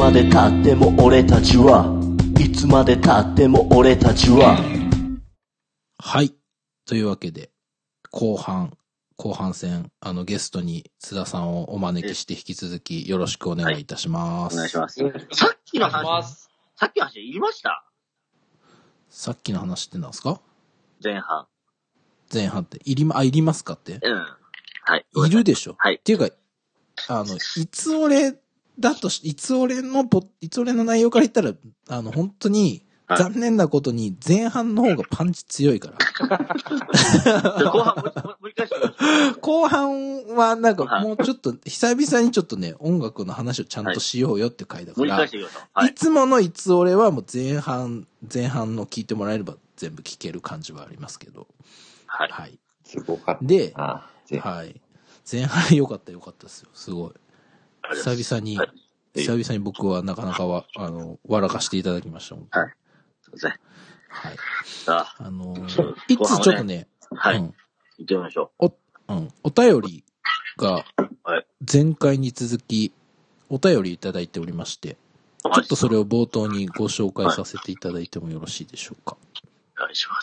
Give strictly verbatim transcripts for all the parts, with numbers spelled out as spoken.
まで経っても俺たちはいつまで経っても俺たちは。 はい。というわけで、後半、後半戦、あのゲストに津田さんをお招きして引き続きよろしくお願いいたします。 はい、お願いします。さっきの話、さっきの話言いました？ さっきの話ってなんですか？ 前半。 前半って、いりま、あ、いりますかって？ うん。はい。 いるでしょ。 はい。 っていうか、あの、いつ俺だとし、いつ俺のポ、いつ俺の内容から言ったら、あの、本当に、残念なことに前半の方がパンチ強いから。 後半もう一回してください。 後半はなんかもうちょっと、久々にちょっとね、音楽の話をちゃんとしようよって回だから。 もう一回してください。はい。 いつものいつ俺はもう前半、前半の聞いてもらえれば全部聞ける感じはありますけど。 はい。 はい。 すごかった。 で、 ああはい。前半良かった良かったですよ。すごい。久々に、はい、久々に僕はなかなかは、あの、笑かしていただきました。 はい。すいません。 はい。 あ、 あのー、いつちょっとね、 はい。うん、行ってみましょう。お、うん。お便りが、前回に続き、お便りいただいておりまして、ちょっとそれを冒頭にご紹介させていただいてもよろしいでしょうか。 お願いします。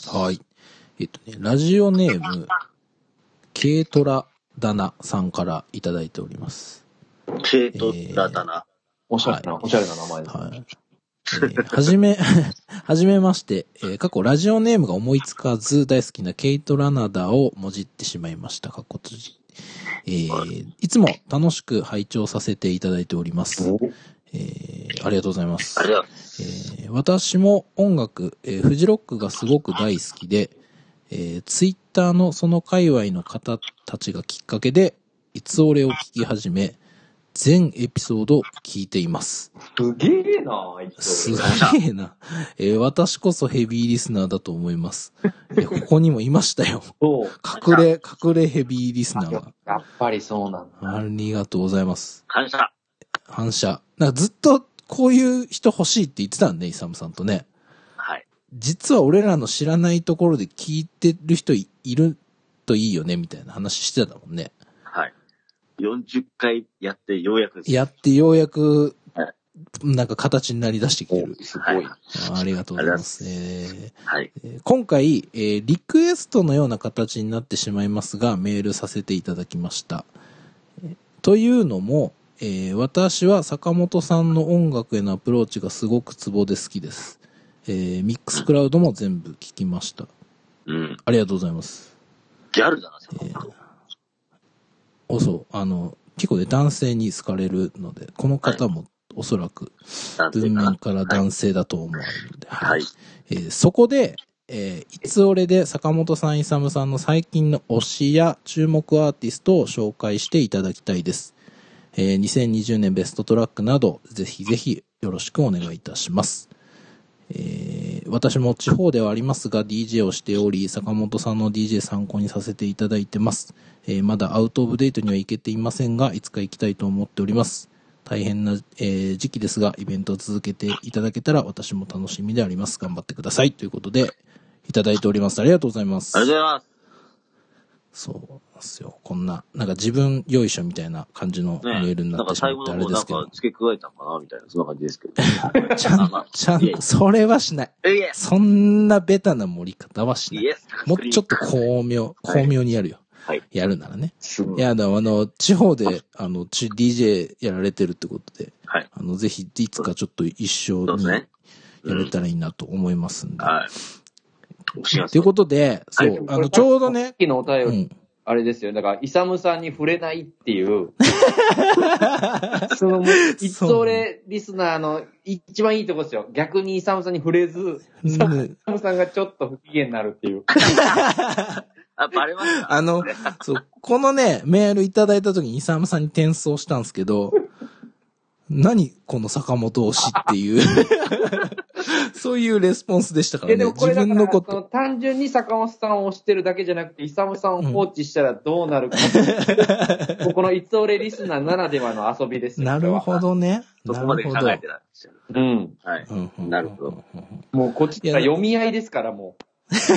はい。えっとね、ラジオネーム、軽トラダナさんからいただいております。 軽トラダナ、 えー、おしゃれな、はい、おしゃれな名前ですね。はい。 えー、はじめ、はじめまして、えー、過去ラジオネームが思いつかず大好きなケイトラナダをもじってしまいました。過去閉じ。えー、いつも楽しく拝聴させていただいております。えー、ありがとうございます。 ありがとうございます。えー、私も音楽、えー、フジロックがすごく大好きで、えー、ツイッターのその界隈の方たちがきっかけで、いつ俺を聞き始め、全エピソード聞いています。 すげえな、あいつ。 すげえな、えー。私こそヘビーリスナーだと思います。いや、ここにもいましたよ。隠れ、隠れヘビーリスナーが。 やっぱりそうなんだ。 ありがとうございます。 感謝。 反射。なんかずっとこういう人欲しいって言ってたんね、イサムさんとね。 はい。 実は俺らの知らないところで聞いてる人 い, いるといいよね、みたいな話してたもんね。 はい。よんじゅっかいやってようやくです。 やってようやく、なんか形になり出してきてる。 すごい。 あ, ありがとうございます。えーはいえー、今回、えー、リクエストのような形になってしまいますが、メールさせていただきました。えー、というのも、えー、私は坂本さんの音楽へのアプローチがすごくツボで好きです。えー、ミックスクラウドも全部聞きました。 うん。 ありがとうございます。 ギャルだな、坂本さん。 えーおそう、あの、結構ね、男性に好かれるので、この方もおそらく、文面から男性だと思われるので、 はい。はいえー、そこで、えー、いつ俺で坂本さん、イサムさんの最近の推しや注目アーティストを紹介していただきたいです。えー、にせんにじゅうねんベストトラックなど、ぜひぜひよろしくお願いいたします。えー、私も地方ではありますが ディージェー をしており、坂本さんの ディージェー 参考にさせていただいてます。えー、まだアウトオブデートには行けていませんが、いつか行きたいと思っております。大変な、えー、時期ですが、イベントを続けていただけたら私も楽しみであります。頑張ってください。ということで、いただいております。ありがとうございます。 ありがとうございます。 そうなんですよ。こんな、なんか自分よいしょみたいな感じのメールになってしまってあれですけど。 なんか付け加えたかなみたいな、そんな感じですけど。 ちゃん、ちゃん、それはしない。そんなベタな盛り方はしない。もうちょっと巧妙、巧妙にやるよ。はい。やるならね。いや、でもあの、地方で、あの、ディージェー やられてるってことで、はい。あの、ぜひ、いつかちょっと一緒にやれたらいいなと思いますんで。はい。ということで、そう、あの、ちょうどね。 さっきのお便り、あれですよ。だから、イサムさんに触れないっていう。その、いつ俺リスナーの一番いいとこですよ。逆にイサムさんに触れず、イサムさんがちょっと不機嫌になるっていう。 あ、バレました。 あの、そう、このね、メールいただいた時にイサムさんに転送したんですけど、何この坂本推しっていうそういうレスポンスでしたからね。 でもこれ自分のこと。単純に坂本さんを推してるだけじゃなくて、イサムさんを放置したらどうなるか。うん、このいつ俺リスナーならではの遊びですよ。 なるほどね。 そこまで考えてたんですよ。うん。はい。うん、なるほど。 もうこっちが読み合いですから、もう。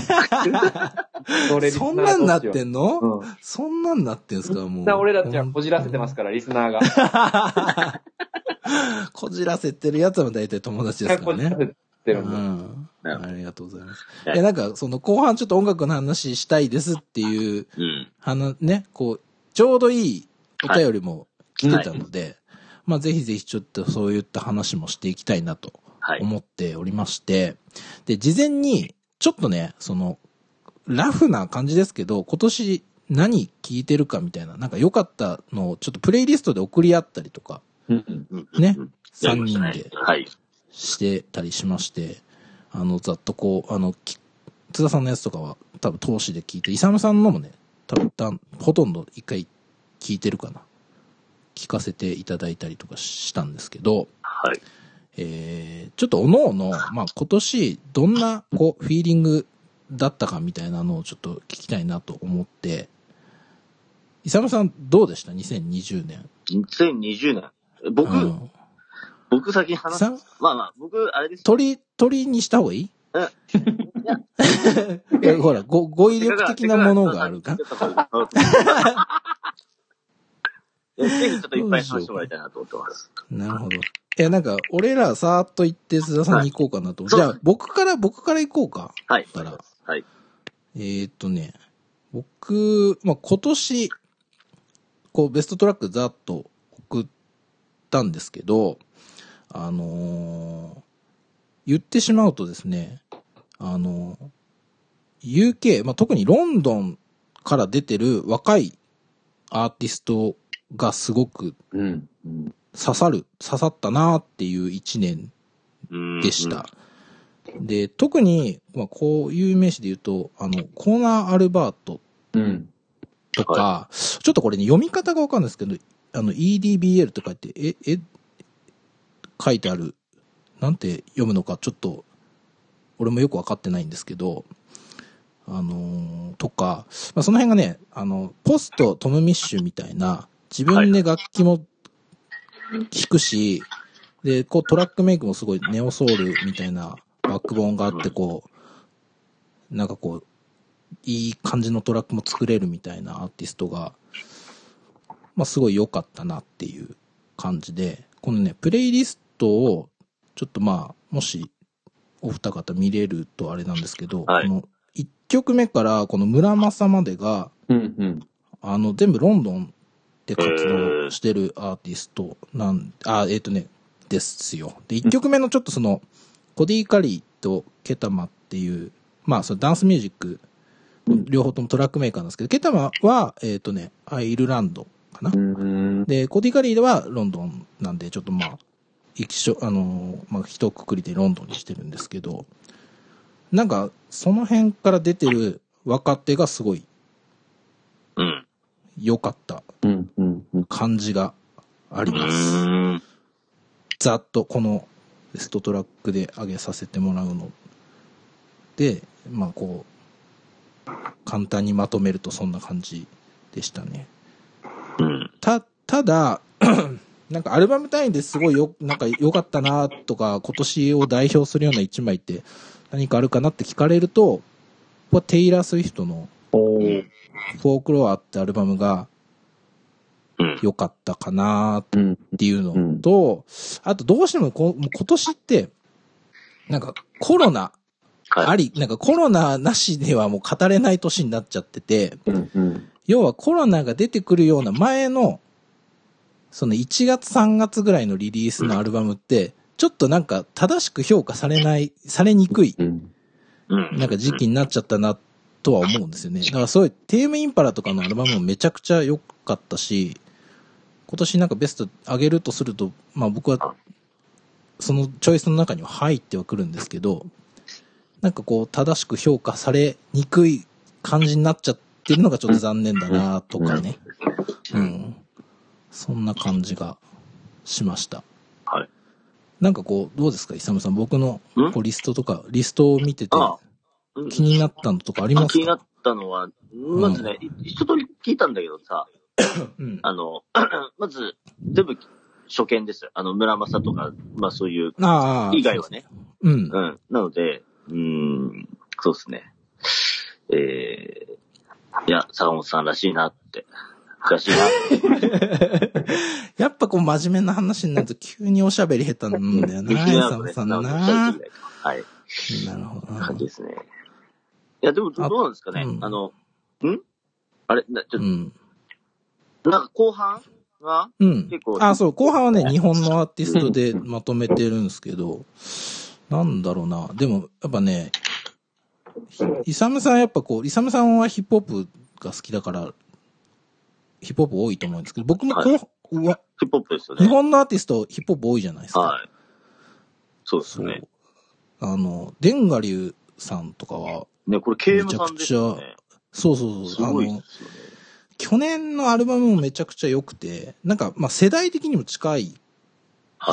そんなんなってんの、うん、そんなんなってんすかもう。 俺らちはこじらせてますから、リスナーが。 こじらせてるやつは大体友達ですからね。 こじらせてるんだ。 うん。ありがとうございます。いや、なんか、その後半ちょっと音楽の話したいですっていう、うん、話、ね、こう、ちょうどいいお便りも来てたので、はい、まあぜひぜひちょっとそういった話もしていきたいなと思っておりまして、で、事前に、ちょっとね、その、ラフな感じですけど、今年何聴いてるかみたいな、なんか良かったのをちょっとプレイリストで送り合ったりとか、ね、さんにんでしてたりしまして、あの、ざっとこう、あの、津田さんのやつとかは多分投資で聞いて、イサムさんのもね、多分ほとんど一回聞いてるかな。聞かせていただいたりとかしたんですけど、 はい。 えー、ちょっとおのおの、まあ、今年どんなこうフィーリングだったかみたいなのをちょっと聞きたいなと思って、イサムさんどうでした ?にせんにじゅうねん。 にせんにじゅうねん。僕、うん、僕先に話す。まあまあ、僕、あれです、ね。 鳥、鳥にした方がいいうん。いや、いやほら、ご、語彙力的なものがあるか。ぜひちょっといっぱい話してもらいたいなと思ってます。 なるほど。いや、なんか、俺らさーっと言って須田さんに行こうかなと。はい、じゃあ、僕から、僕から行こうか。 はい。 たら。 はい。 えーっとね、僕、まあ、今年、こう、ベストトラックざっと送ったんですけど、あのー、言ってしまうとですね、あのー、ユーケー、まあ、特にロンドンから出てる若いアーティストがすごく、 うんうん、 刺さる、刺さったなっていう一年でした。うんうん、で、特に、まあ、こういう名詞で言うと、あの、コーナー・アルバートとか、うんはい、ちょっとこれね、読み方がわかんないですけど、あの、イーディービーエル とかって、え、え、書いてある、なんて読むのかちょっと、俺もよくわかってないんですけど、あのー、とか、まあ、その辺がね、あの、ポスト・トム・ミッシュみたいな、自分で楽器も弾くし、で、こうトラックメイクもすごいネオソウルみたいなバックボーンがあって、こう、なんかこう、いい感じのトラックも作れるみたいなアーティストが、まあすごい良かったなっていう感じで、このね、プレイリストを、ちょっとまあ、もし、お二方見れるとあれなんですけど、はい、このいっきょくめからこの村正までが、 うんうん、 あの、全部ロンドンで活動してるアーティストなん、あ、えっとね、ですよ。で、いっきょくめのちょっとその、コディ・カリーとケタマっていう、まあ、そのダンスミュージック、両方ともトラックメーカーなんですけど、ケタマは、えっとね、アイルランドかな。で、コディ・カリーではロンドンなんで、ちょっとまあ、一緒、あの、まあ、一括りでロンドンにしてるんですけど、なんか、その辺から出てる若手がすごい、 うん。 良かった感じがあります。 うんざっとこのベストトラックで上げさせてもらうので、まあこう、簡単にまとめるとそんな感じでしたね。 うん、 た、ただ、なんかアルバム単位ですごいよ、なんか良かったなとか、今年を代表するような一枚って何かあるかなって聞かれると、ここテイラー・スウィフトのフォークロアってアルバムが良かったかなっていうのと、あとどうしてもこ今年って、なんかコロナあり、なんかコロナなしではもう語れない年になっちゃってて、要はコロナが出てくるような前の、そのいちがつさんがつぐらいのリリースのアルバムって、ちょっとなんか正しく評価されない、されにくい、なんか時期になっちゃったなとは思うんですよね。だからそういうテームインパラとかのアルバムもめちゃくちゃ良かったし、今年なんかベスト上げるとすると、まあ僕はそのチョイスの中には入ってはくるんですけど、なんかこう正しく評価されにくい感じになっちゃってるのがちょっと残念だなとかね。うん。そんな感じがしました。 はい。 なんかこう、どうですか、イサムさん。僕のこうリストとか、リストを見てて気になったのとかありますか？ 気になったのは、まずね、うん、一通り聞いたんだけどさ、うん、あの、まず、全部初見です。あの、村正とか、まあそういう、以外はね。 うん。 うん。なので、うーん、そうですね。えー、いや、坂本さんらしいなって。らしいなって。 やっぱぱこう真面目な話になると急におしゃべり下手なんだよな、イサムさんな。 はい。 なるほど。 感じですね。いや、でもどうなんですかね。あ,、うん、あの、んあれな、ちょっと、うん、なんか後半は、 うん、結構。あ、そう、後半はね、日本のアーティストでまとめてるんですけど、なんだろうな。でも、やっぱね、イサムさんやっぱこう、イサムさんはヒップホップが好きだから、ヒップホップ多いと思うんですけど、僕もこの、はい、 ヒップホップですよね。 日本のアーティスト、ヒップホップ多いじゃないですか。 はい。そうですね。 あの、デンガリュウさんとかは、 ね、これ、ケーエムさんですよね。 そうそうそう。 すごいですよね。 去年のアルバムもめちゃくちゃ良くて、なんか、まあ世代的にも近いし、はい、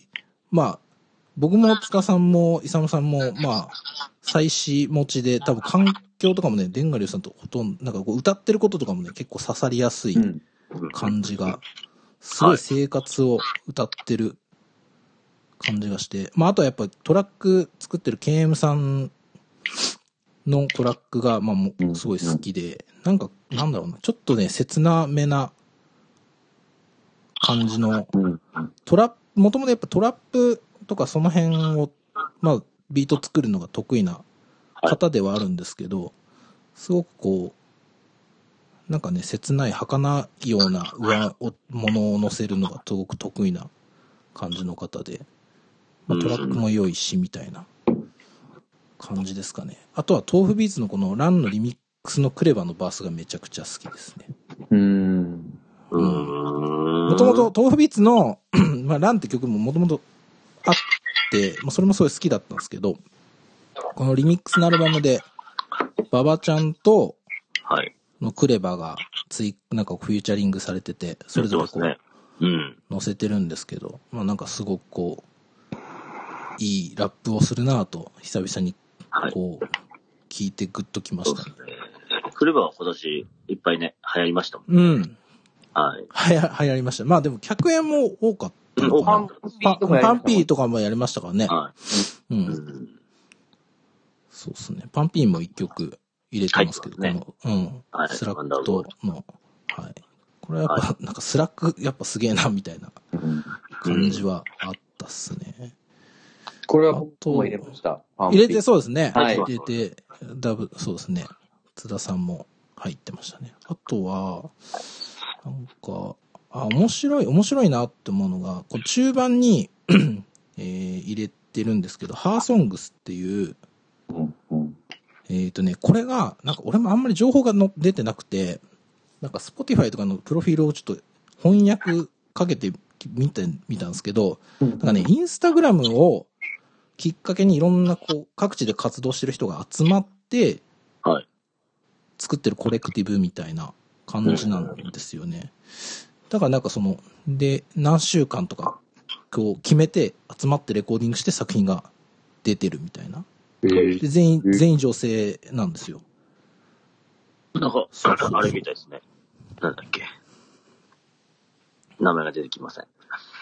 まあ、僕も塚さんもイサムさんも、まあ、妻子持ちで、多分環境とかもね、デンガリュウさんとほとんど、なんかこう歌ってることとかもね、結構刺さりやすい感じが、すごい生活を歌ってる感じがして、まああとはやっぱトラック作ってる ケーエム さんのトラックが、まあもうすごい好きで、なんか、なんだろうな、ちょっとね、切なめな感じの、トラップ、もともとやっぱトラップとかその辺を、まあ、ビート作るのが得意な方ではあるんですけど、すごくこう、なんかね、切ない、儚いような上ものを乗せるのがすごく得意な感じの方で、まあ、トラックも良いし、みたいな感じですかね。あとは、豆腐ビーツのこのランのリミックスのクレバのバースがめちゃくちゃ好きですね。 うーん。 もともと豆腐ビーツの、まあ、ランって曲ももともとあって、まあ、それもすごい好きだったんですけど、このリミックスのアルバムで、ババちゃんと、のクレバがつい、なんかフューチャリングされてて、それぞれこう、うん、載せてるんですけど、まあなんかすごくこう、いいラップをするなぁと、久々にこう、聞いてグッときましたね。 そうですね。クレバは今年いっぱいね、流行りましたもんね。うん。 はい。 はや、流行りました。まあでも客演も多かったのかな。パン、パンピーとかもやりましたからね。はい。うん。うん、そうですね。パンピーも一曲入れてますけど、ね、この、うん。はい、スラックとの、はい。これはやっぱ、はい、なんかスラックやっぱすげえな、みたいな感じはあったっすね。うん、 これは僕も入れました。 入れてそうですね。 はい。 入れて、ダブ、そうですね。津田さんも入ってましたね。あとは、なんか、あ、面白い、面白いなって思うのが、この中盤に、えー、入れてるんですけど、ハーソングスっていう、 うんうん、 えっとね、これが、なんか俺もあんまり情報がの出てなくて、なんか Spotify とかのプロフィールをちょっと翻訳かけてみてみたんですけど、なんかね、インスタグラムをきっかけにいろんなこう、各地で活動してる人が集まって、 はい。 作ってるコレクティブみたいな感じなんですよね。だからなんかその、で、何週間とか、こう決めて集まってレコーディングして作品が出てるみたいな。で全員、全員女性なんですよ。 なんか、そうそうそう、あれみたいですね。なんだっけ。名前が出てきません。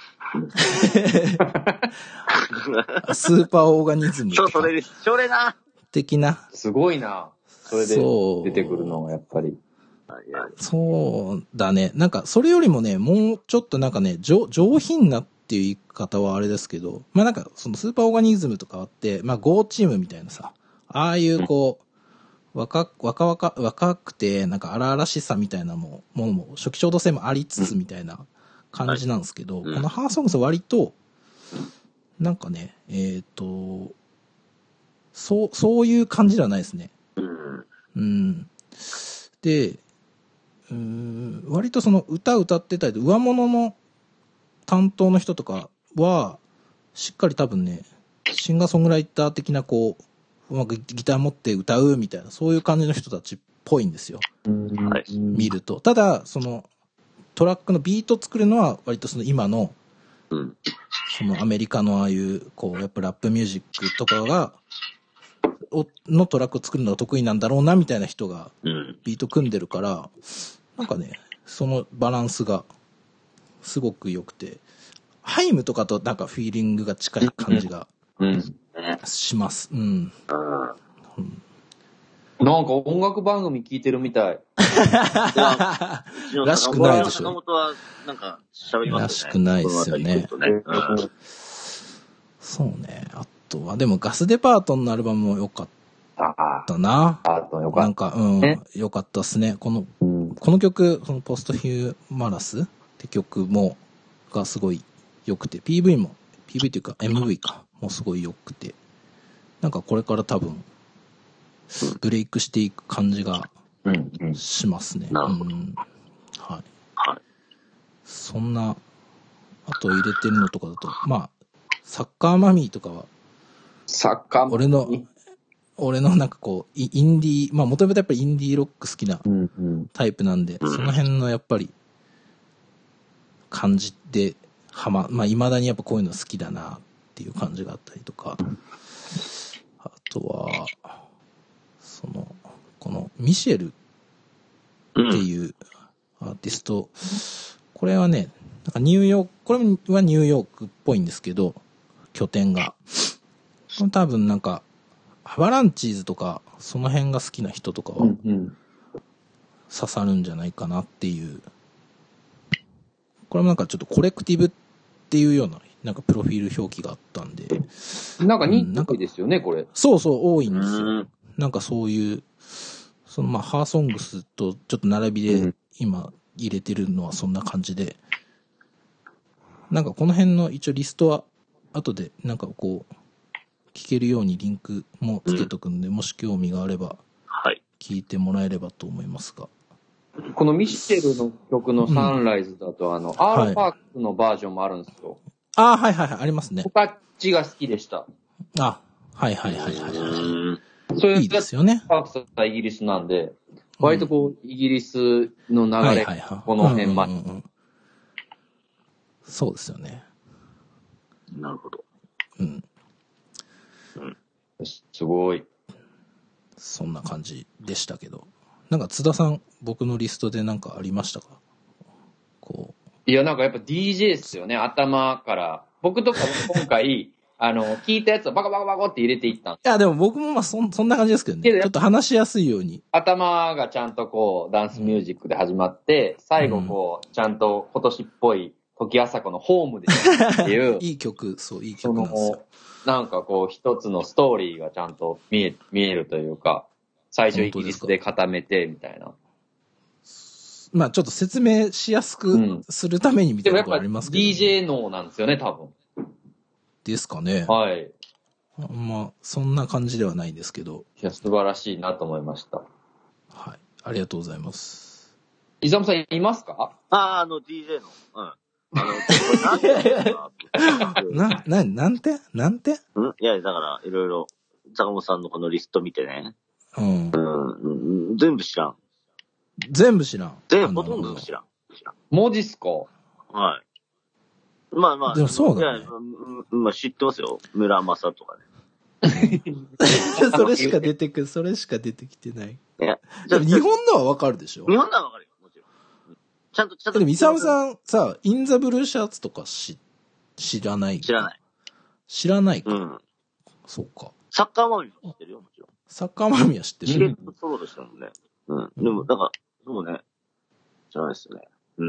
スーパーオーガニズム。 そう、それです。それな。 的な。 すごいな。それで出てくるのがやっぱり。 そうだね。なんか、それよりもね、もうちょっとなんかね、上、上品なっていう言い方はあれですけど、まあなんか、そのスーパーオーガニズムとかあって、まあ ゴー チームみたいなさ、ああいうこう、若、若々、若くて、なんか荒々しさみたいなものも、初期衝動性もありつつみたいな感じなんですけど、このハーソングスは割と、なんかね、えっと、そう、そういう感じではないですね。うん。で、うーん割とその歌歌ってたり上物の担当の人とかはしっかり多分ねシンガーソングライター的なこううまくギター持って歌うみたいなそういう感じの人たちっぽいんですよ、 はい、 見ると。ただそのトラックのビート作るのは割とその今の、 うん、 そのアメリカのああいうこうやっぱラップミュージックとかがのトラックを作るのが得意なんだろうなみたいな人がビート組んでるから、なんかねそのバランスがすごく良くて、ハイムとかとなんかフィーリングが近い感じがします。うん。うん、 なんか音楽番組聞いてるみたい。 らしくないでしょ。 坂本は、なんか、喋りますよね。 らしくないですよね。ねうん、そうね。あとは、でもガスデパートンのアルバムも良かったな。 ああ、よかった。 なんか、うん、良かったっすね。この、うん、この曲、そのポストヒューマラスって曲も、がすごい良くて、ピーブイ も、ピーブイ っていうか エムブイ か、もすごい良くて、なんかこれから多分、ブレイクしていく感じがしますね。 なるほど。 はい。 はい。 そんな、あと入れてるのとかだと、まあ、サッカーマミーとかは、 サッカーマミー俺の、俺のなんかこう、インディー、まあもともとやっぱりインディーロック好きなタイプなんで、うんうん、その辺のやっぱり、感じで、はま、まあ未だにやっぱこういうの好きだなっていう感じがあったりとか、あとは、その、このミシェルっていうアーティスト、これはね、なんかニューヨーク、これはニューヨークっぽいんですけど、拠点が。これ多分なんか、アバランチーズとか、その辺が好きな人とかは、刺さるんじゃないかなっていう。これもなんかちょっとコレクティブっていうような、なんかプロフィール表記があったんで。 なんか人気ですよね、うん、これ。 そうそう、多いんですよ。なんかそういう、そのまあ、ハーソングスとちょっと並びで今入れてるのはそんな感じで、なんかこの辺の一応リストは後でなんかこう、聞けるようにリンクもつけとくんで、うん、もし興味があれば、聞いてもらえればと思いますが。 このミシェルの曲のサンライズだと、うん、あの、アールパークのバージョンもあるんですよ。 ああ、はいはいはい、ありますね。 こっちが好きでした。 あ、はいはいはいはいはい。 それいいですよね。 パークスはイギリスなんで、割とこう、イギリスの流れ、はいはいはい、この辺まで、うんうんうん。 そうですよね。 なるほど。 うん。 うん、 すごい。 そんな感じでしたけど。なんか津田さん、僕のリストでなんかありましたか？こう。 いや、なんかやっぱ ディージェー っすよね、頭から。僕とかも今回、あの、聞いたやつをバカバカバカって入れていったんです。 いや、でも僕もまあそん、そんな感じですけどね。ちょっと話しやすいように。 頭がちゃんとこう、ダンスミュージックで始まって、うん、最後こう、ちゃんと今年っぽい、時あさこのホームでっていう。 いい曲、そう、いい曲なんですよ。 なんかこう、一つのストーリーがちゃんと見え、見えるというか、最初イギリスで固めて、みたいな。 まあちょっと説明しやすくするためにみたいなところありますけど、ね。 でもやっぱ ディージェー 脳なんですよね、多分。 ですかね。 はい。 まあ、そんな感じではないんですけど。 いや、素晴らしいなと思いました。 はい。ありがとうございます。 イザムさんいますか？ ああ、あの ディージェー の。うん。あの、これな、な、なんてなんてんいや、だから、いろいろ、坂本さんのこのリスト見てね。 うん。 うん。全部知らん。 全部知らん。 全部、ほとんど知らん。知らん。 文字っすか？ はい。まあまあ。 でもそうだね。 いや、まあ知ってますよ。村正とかね。それしか出てくる、それしか出てきてない。 いや、 でも日本のはわかるでしょ？ 日本のはわかるよ、もちろん。ちゃんと、ちゃんと。 でも、イサムさんさ、インザブルーシャツとかし、知らない？ 知らない。 知らないか。 うん。 そうか。 サッカーマミー知ってるよ、もちろん。 サッカーマミーは知ってる。 シゲットソロでしたもんね。うん。でも、だから、そうね。知らないですよね。うん。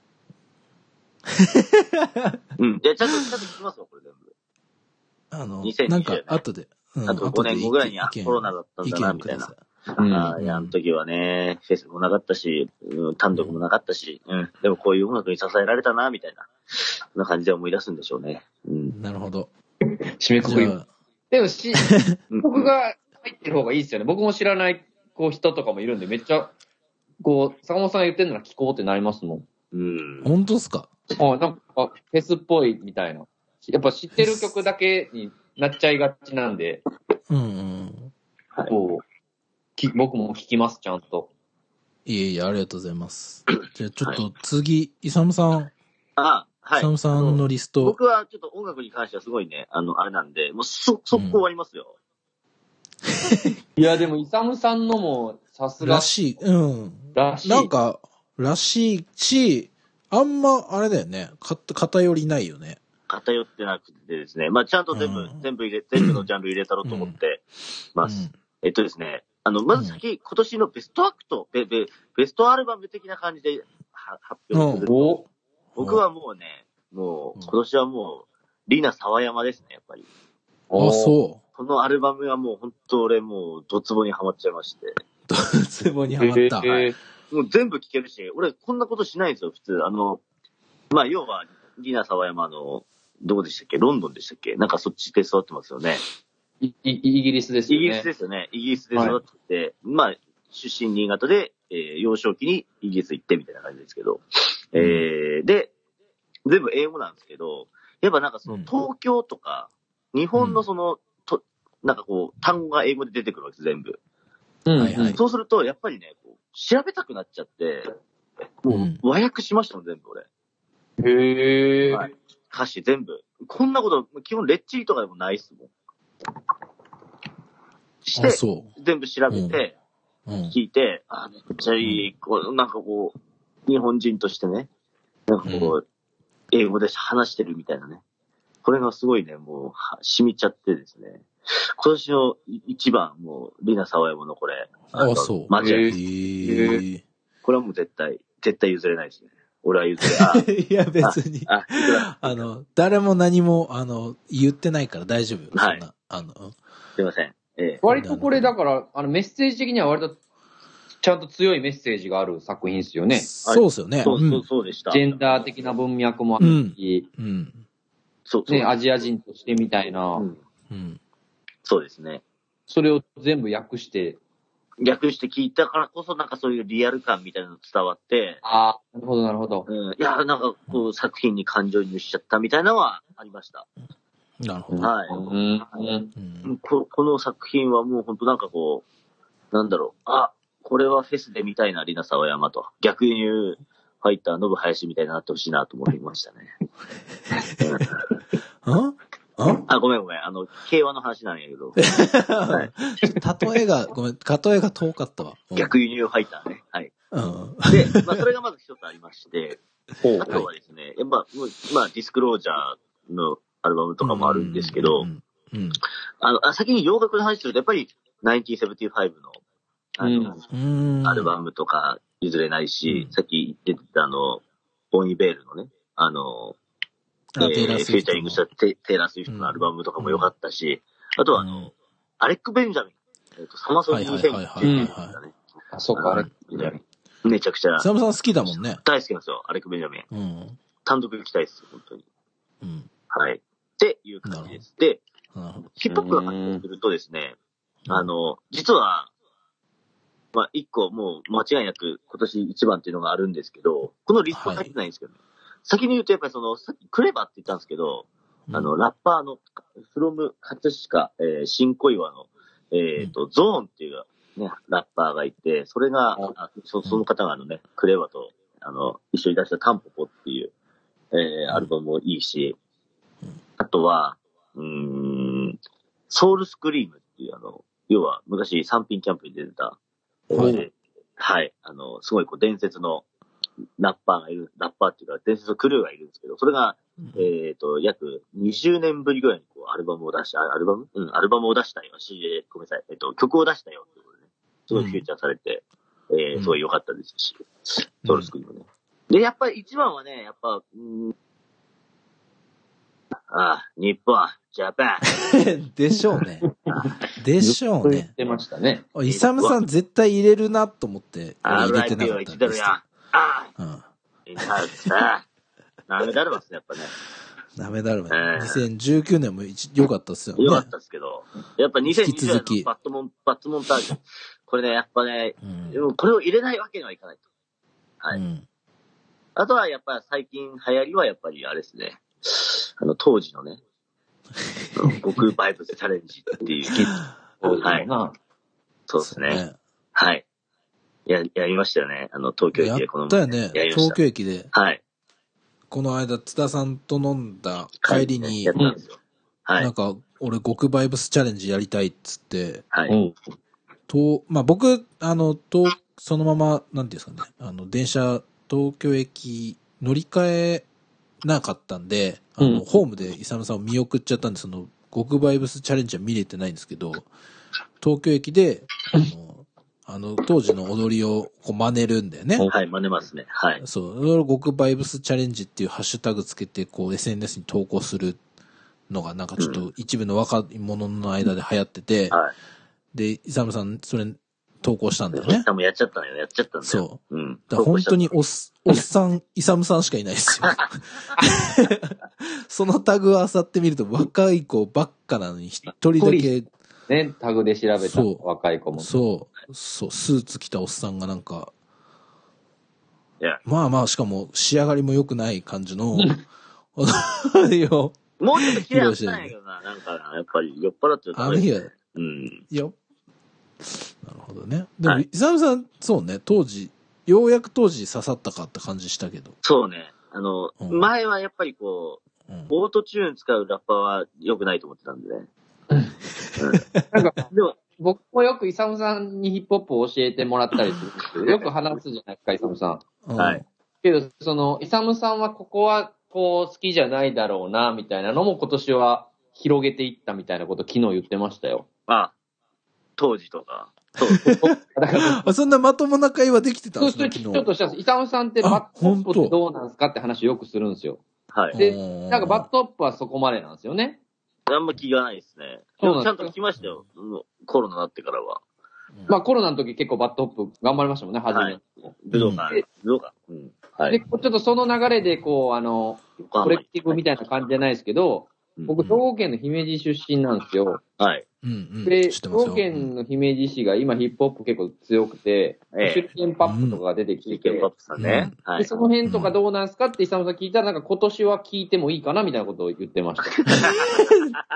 うん。いや、ちゃんと、ちゃんと聞きますよ、これ全部。 あの、 にせんにじゅうねんなんか、後で。 うん、あとごねんごぐらいにコロナだったんだな、みたいな。うん、あ, いやあの時はね、フェスもなかったし、うん、単独もなかったし、うん、でもこういう音楽に支えられたな、みたいな、そんな感じで思い出すんでしょうね。うん、 なるほど。 締めくくり。でもし、僕が入ってる方がいいですよね。僕も知らないこう人とかもいるんで、めっちゃ、こう、坂本さんが言ってるなら聞こうってなりますもん。 うん。 本当ですか？ あ、なんか、フェスっぽいみたいな。やっぱ知ってる曲だけになっちゃいがちなんで。 うんうん。 はい。き僕も聞きます、ちゃんと。 いえいえ、ありがとうございます。じゃあちょっと次、はい、イサムさん。 あ、はい。 イサムさんのリスト。 僕はちょっと音楽に関してはすごいね、あの、あれなんで、もうそ、速攻終わりますよ。 うん、いや、でもイサムさんのも、さすが。 らしい。うん。 らしい。 なんか、らしいし、あんま、あれだよね。か、偏りないよね。 偏ってなくてですね。まあ、ちゃんと全部、うん、全部入れ、全部のジャンル入れたろうと思ってます。うん、えっとですね、 あの、まず先、うん、今年のベストアクト、ベ、ベ、ベストアルバム的な感じで発表すると、僕はもうね、もう、今年はもう、リナ沢山ですね、やっぱり。 あ、そう。 このアルバムはもう本当俺もう、ドツボにハマっちゃいまして。 ドツボにハマった。 はい。もう全部聴けるし、俺こんなことしないんですよ、普通。あの、まあ、要は、リナ沢山の、どこでしたっけ？ロンドンでしたっけ？なんかそっちで育ってますよね。 い、イギリスですよね。 イギリスですよね。イギリスで育ってて、はい、まあ、出身新潟で、えー、幼少期にイギリス行ってみたいな感じですけど、うん、えー、で、全部英語なんですけど、やっぱなんかその東京とか、日本のその、と、なんかこう、単語が英語で出てくるわけです、全部。 うん、はいはい。 そうすると、やっぱりね、こう調べたくなっちゃって、もう和訳しましたもん、全部俺。 へー。はい、 歌詞全部。こんなこと、基本レッチリとかでもないっすもん。して、全部調べて、うん、聞いて、あ、めっちゃいい、こう、なんかこう、日本人としてね、なんかこう、うん、英語で話してるみたいなね。これがすごいね、もう、染みちゃってですね。今年の一番、もう、リナ沢山のこれ。 あ、そう。 間違いない。 へー。 これはもう絶対、絶対譲れないですね。俺は譲れない。 いや、別に。あ、あ, あの、誰も何も、あの、言ってないから大丈夫よ。 はい。 そんな、あの、 すいません。ええ、 割とこれだから、あの、メッセージ的には割と、ちゃんと強いメッセージがある作品ですよね。 そうですよね。 そうそうそうでした。 ジェンダー的な文脈もあるし、 うん。うん、 そうそう。 ね、アジア人としてみたいな。 うん。うん、そうですね。 それを全部訳して。 訳して聞いたからこそ、なんかそういうリアル感みたいなの伝わって。 ああ、なるほど、なるほど。 うん。いや、なんかこう、作品に感情移入しちゃったみたいなのはありました。 なるほど。 はい。うんうん、こ, この作品はもう本当なんかこう、なんだろう。あ、これはフェスで見たいな、リナ沢山と。逆輸入ファイター、ノブ林みたいになってほしいなと思いましたね。 ああ、ごめんごめん。あの、競馬の話なんやけど。はい、例えが、ごめん、例えが遠かったわ。 逆輸入ファイターね。はい。 うん、 で、まあ、それがまず一つありまして、あとはですね、はい、やっぱ、まあ、ディスクロージャーのアルバムとかもあるんですけど、うんうん、あの、先に洋楽の話すると、やっぱり、ナインティーンセブンティーファイブの、あの、うん、アルバムとか譲れないし、うん、さっき言ってたあの、ボニー・ベールのね、あの、えー、フューチャリングしたテイラー・スウィフトのアルバムとかも良かったし、うん、あとはあの、うん、アレック・ベンジャミン、えっと、サマソニー・センっていうのね。 あ、そうか、アレック・ベンジャミン。 めちゃくちゃ。 サムさん好きだもんね。 大好きなんですよ、アレック・ベンジャミン。 うん。 単独行きたいです、本当に。 うん。 はい。っていう感じです。で、ヒップホップの話をするとですね、あの、実は、まあ、一個もう間違いなく今年一番っていうのがあるんですけど、このリスト入ってないんですけどね。はい、先に言うとやっぱりその、さっきクレバって言ったんですけど、うん、あの、ラッパーの、フロム葛飾、えー、新小岩の、えっ、ー、と、うん、ゾーンっていうね、ラッパーがいて、それが、あそその方があのね、クレバと、あの、一緒に出したタンポポっていう、えー、アルバムもいいし、うん、あとは、うーん、ソウルスクリームっていうあの、要は昔三品キャンプに出てた、えーはい、はい、あの、すごいこう伝説のラッパーがいる、ラッパーっていうか伝説のクルーがいるんですけど、それが、うん、えっ、ー、と、約にじゅうねんぶりぐらいにこうアルバムを出した、アルバムうん、アルバムを出したよ。し、ごめんなさい。えっ、ー、と、曲を出したよってことでね。すごいフューチャーされて、うん、えー、すごい良かったですし、うん、ソウルスクリームね。で、やっぱり一番はね、やっぱ、うんああ、日本、ジャパン。でしょうね。でしょうね。 言ってましたね。 イサムさん絶対入れるなと思って、入れてなかったんですよ。 ああ、うん。インターさ、なめだるますね、やっぱね。 なめだるまね。にせんじゅうきゅうねんも良かったっすよね。 良かったっすけど。やっぱにせんにじゅうねんのバットモン、バッツモンタージュ。これね、やっぱね、うん、これを入れないわけにはいかないと。はい。うん、あとはやっぱり最近流行りはやっぱりあれですね。あの、当時のね、悟空バイブスチャレンジっていう。はい。そうですね。はい。や、やりましたよね。あの、東京駅でこの前。やったよね。東京駅で。 はい。 この間、津田さんと飲んだ帰りに、 やったんですよ。はい。 なんか、俺、極バイブスチャレンジやりたいっつって、 はい。 と、まあ、僕、あの、と、そのまま、なんていうんですかね、あの、電車、東京駅乗り換えなかったんで、あの、うん、ホームでイサムさんを見送っちゃったんで、その、極バイブスチャレンジは見れてないんですけど、東京駅で、あの、 あの、当時の踊りをこう真似るんだよね。 はい、真似ますね。はい。 そう。いろいろ極バイブスチャレンジっていうハッシュタグつけて、こう エスエヌエス に投稿するのがなんかちょっと一部の若者の間で流行ってて、うん、はい。で、イサムさん、それ投稿したんだよね。 多分やっちゃったのよ。やっちゃったんだよ。 そう。 うん。 だから本当におっ、おっさん、イサムさんしかいないですよ。そのタグを漁ってみると若い子ばっかなのに一人だけ。 ね、タグで調べた若い子も。 そう。そう。スーツ着たおっさんがなんか、 いや。 まあまあ、しかも仕上がりも良くない感じの、踊りを。 もうちょっと綺麗だったんやけどな。なんか、やっぱり酔っ払ってるあの日は、 うん。 よ。なるほどね。でも、はい、イサムさん、そうね、当時、ようやく当時刺さったかって感じしたけど。 そうね。あの、うん、前はやっぱりこう、うん、オートチューン使うラッパーは良くないと思ってたんでね。うん、 なんか、でも、僕もよくイサムさんにヒップホップを教えてもらったりするんですけど、よく話すじゃないですか、イサムさん。はい。 けど、その、イサムさんはここは、こう、好きじゃないだろうな、みたいなのも今年は広げていったみたいなこと昨日言ってましたよ。 ああ、当時とか。そう。 だからそんなまともな会話できてたんですか？ そう、ちょっとしたんです。イサムさんってバットアップってどうなんですかって話をよくするんですよ。 はい。 で、なんかバットアップはそこまでなんですよね。 あんま気がないですね。そうなんです。ちゃんと来ましたよ。コロナになってからは。 まあコロナの時結構バットアップ頑張りましたもんね、初め。はい、 武道館。武道館。うん。はい。 で、ちょっとその流れで、こう、あの、コレクティブみたいな感じじゃないですけど、僕、兵庫県の姫路出身なんですよ。 はい。 で、兵庫県の姫路市が今ヒップホップ結構強くて、シュリケンパップとかが出てきて、シュリケンパップさんね。 はい。で、その辺とかどうなんすかってイサムさん聞いたら、なんか今年は聞いてもいいかなみたいなことを言ってました。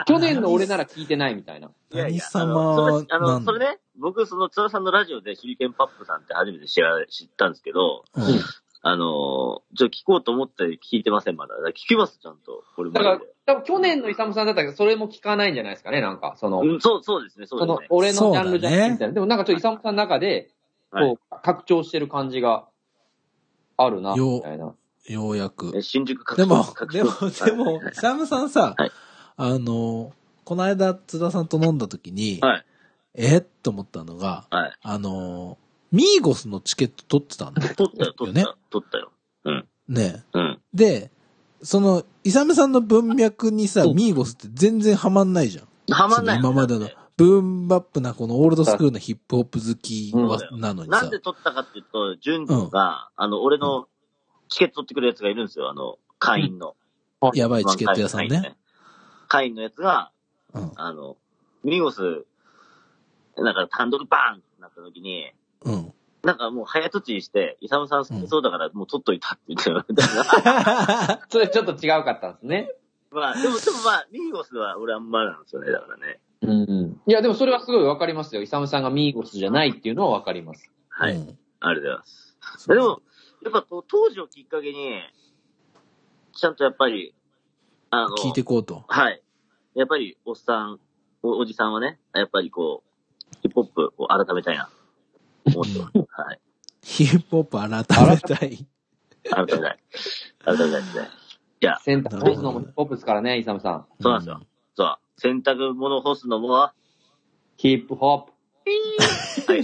去年の俺なら聞いたいみたいな。 いやいや、あの、あの、それね、僕、その津田さんのラジオでシュリケンパップさんって初めて知ら、知ったんですけど、うん、あの、ちょっと聞こうと思って聞いてません、まだ。聞きます、ちゃんと。これだから、多分去年のイサムさんだったけど、それも聞かないんじゃないですかね、なんか、その。 うん、そう、そうですね、そうですね。 その、俺のジャンルじゃないみたいな。ね、でもなんかちょっとイサムさんの中で、こう、はい、拡張してる感じがあるな、みたいな。 ようやく。 新宿拡張。でも、でも、でも、イサムさんさ、はい、あの、この間、津田さんと飲んだ時に、はい、えっと思ったのが、はい、あの、ミーゴスのチケット取ってたんだよ。 取ったよ、取ったよ。取ったよ。うん。 ねえ。うん。 で、その、イサムさんの文脈にさ、ミーゴスって全然ハマんないじゃん。 ハマんない。 今までの、ブーンバップなこのオールドスクールのヒップホップ好きは、なのにさ。 なんで取ったかっていうと、順子が、うん、あの、俺のチケット取ってくるやつがいるんですよ、あの、会員の。 うん、やばいチケット屋さんね。 会員のやつが、うん、あの、ミーゴス、なんか単独バーンってなった時に、 うん。 なんかもう早とちりして、イサムさん好きそうだからもう取っといたって言ってる。 それちょっと違うかったんですね。 まあ、でも、でもまあ、ミーゴスは俺あんまなんですよね、だからね。 うん。いや、でもそれはすごいわかりますよ。イサムさんがミーゴスじゃないっていうのはわかります。 はい。うん、ありがとうございます。でも、やっぱ当時をきっかけに、ちゃんとやっぱり、あの、 聞いていこうと。 はい。やっぱり、おっさん、お、おじさんはね、やっぱりこう、ヒップホップを改めたいな。思ってます。はい。 ヒップホップ改めたい。 改めたい。改めたいですね。じゃあ。 洗濯干すのもヒップホップですからね、イサムさん。 そうなんですよ。そう。洗濯物干すのも、 ヒップホップ。 はい。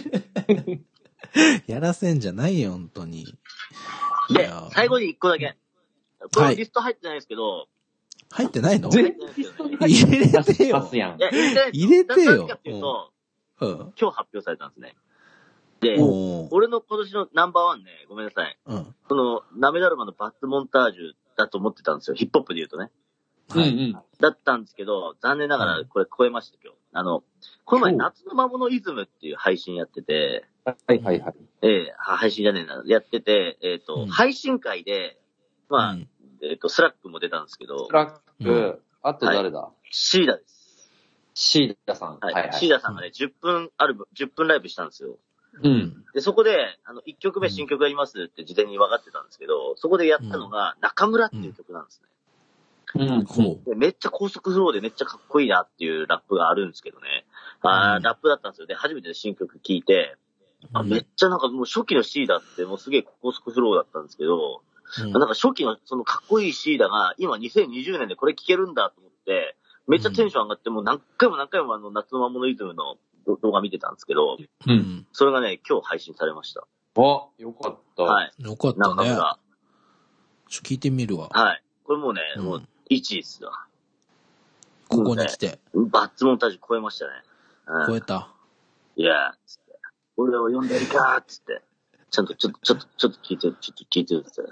やらせんじゃないよ、本当に。 で、最後に一個だけ。このリスト入ってないですけど。 入ってないの？ 入れてよ。いや、入れてよ。 何かっていうと、うん、今日発表されたんですね。で、俺の今年のナンバーワンね、ごめんなさい。 うん、 その、ナメダルマのバッツモンタージュだと思ってたんですよ。ヒップホップで言うとね。 はい。 だったんですけど、残念ながらこれ超えました、今日。あの、この前、夏の魔物イズムっていう配信やってて、 はいはいはい。 ええー、配信じゃねえな、やってて、えっ、ー、と、うん、配信会で、まあ、うん、えっ、ー、と、スラックも出たんですけど、 スラック、うん、あと誰だ、 はい、シーダです。 シーダさん。 はい。はいはい、シーダさんがね、じゅっぷんアルバム、じゅっぷんライブしたんですよ。 うん。 で、そこで、あの、いっきょくめ新曲やりますって事前に分かってたんですけど、そこでやったのが、中村っていう曲なんですね。 うん。 でめっちゃ高速フローでめっちゃかっこいいなっていうラップがあるんですけどね。あー、ラップだったんですよ。で、初めて新曲聴いて、あ、めっちゃなんかもう初期のシーダってもうすげえ高速フローだったんですけど、うん、なんか初期のそのかっこいいシーダが今にせんにじゅうねんでこれ聴けるんだと思って、めっちゃテンション上がってもう何回も何回もあの夏の魔物イズムの動画見てたんですけど、 うん。 それがね、今日配信されました。 あ、よかった。 はい。 よかったね。 中村。 ちょ、聞いてみるわ。 はい。これもうね、 うん、 もういちいですわ。 ここに来て。 ね、バッツモンタージュ超えましたね。 うん、超えた。 いやー、つって。俺を呼んでるかーっつって。ちゃんと、ちょっと、ちょっと、ちょっと聞いて、ちょっと聞いてるって。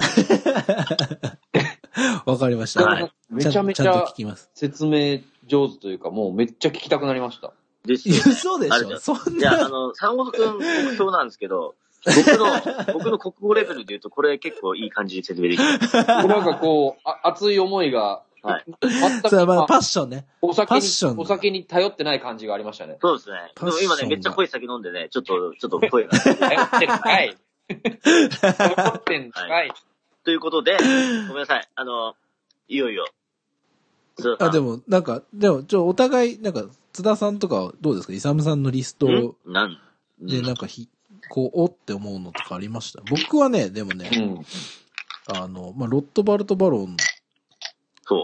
わかりました。はい。 めちゃめちゃ説明上手というか、もうめっちゃ聞きたくなりました。 ですよ。 嘘でしょそんな。 いや、あの、坂本くん目標なんですけど、僕の、僕の国語レベルで言うと、これ結構いい感じに説明できる。 なんかこう、あ熱い思いが、 はい。 全く、まあ、パッションね。 お酒に、お酒に頼ってない感じがありましたね。 そうですね。でも今ね、めっちゃ濃い酒飲んでね、ちょっと、ちょっと声が。 頼ってるかい。頼ってんかい。 ということで、ごめんなさい。あの、いよいよ。 あ、でも、なんか、でも、ちょ、お互い、なんか、津田さんとかどうですか？イサムさんのリストなんで、なんかひ、こう、おって思うのとかありました？僕はね、でもね、うん、あの、まあ、ロットバルトバロン。 そう。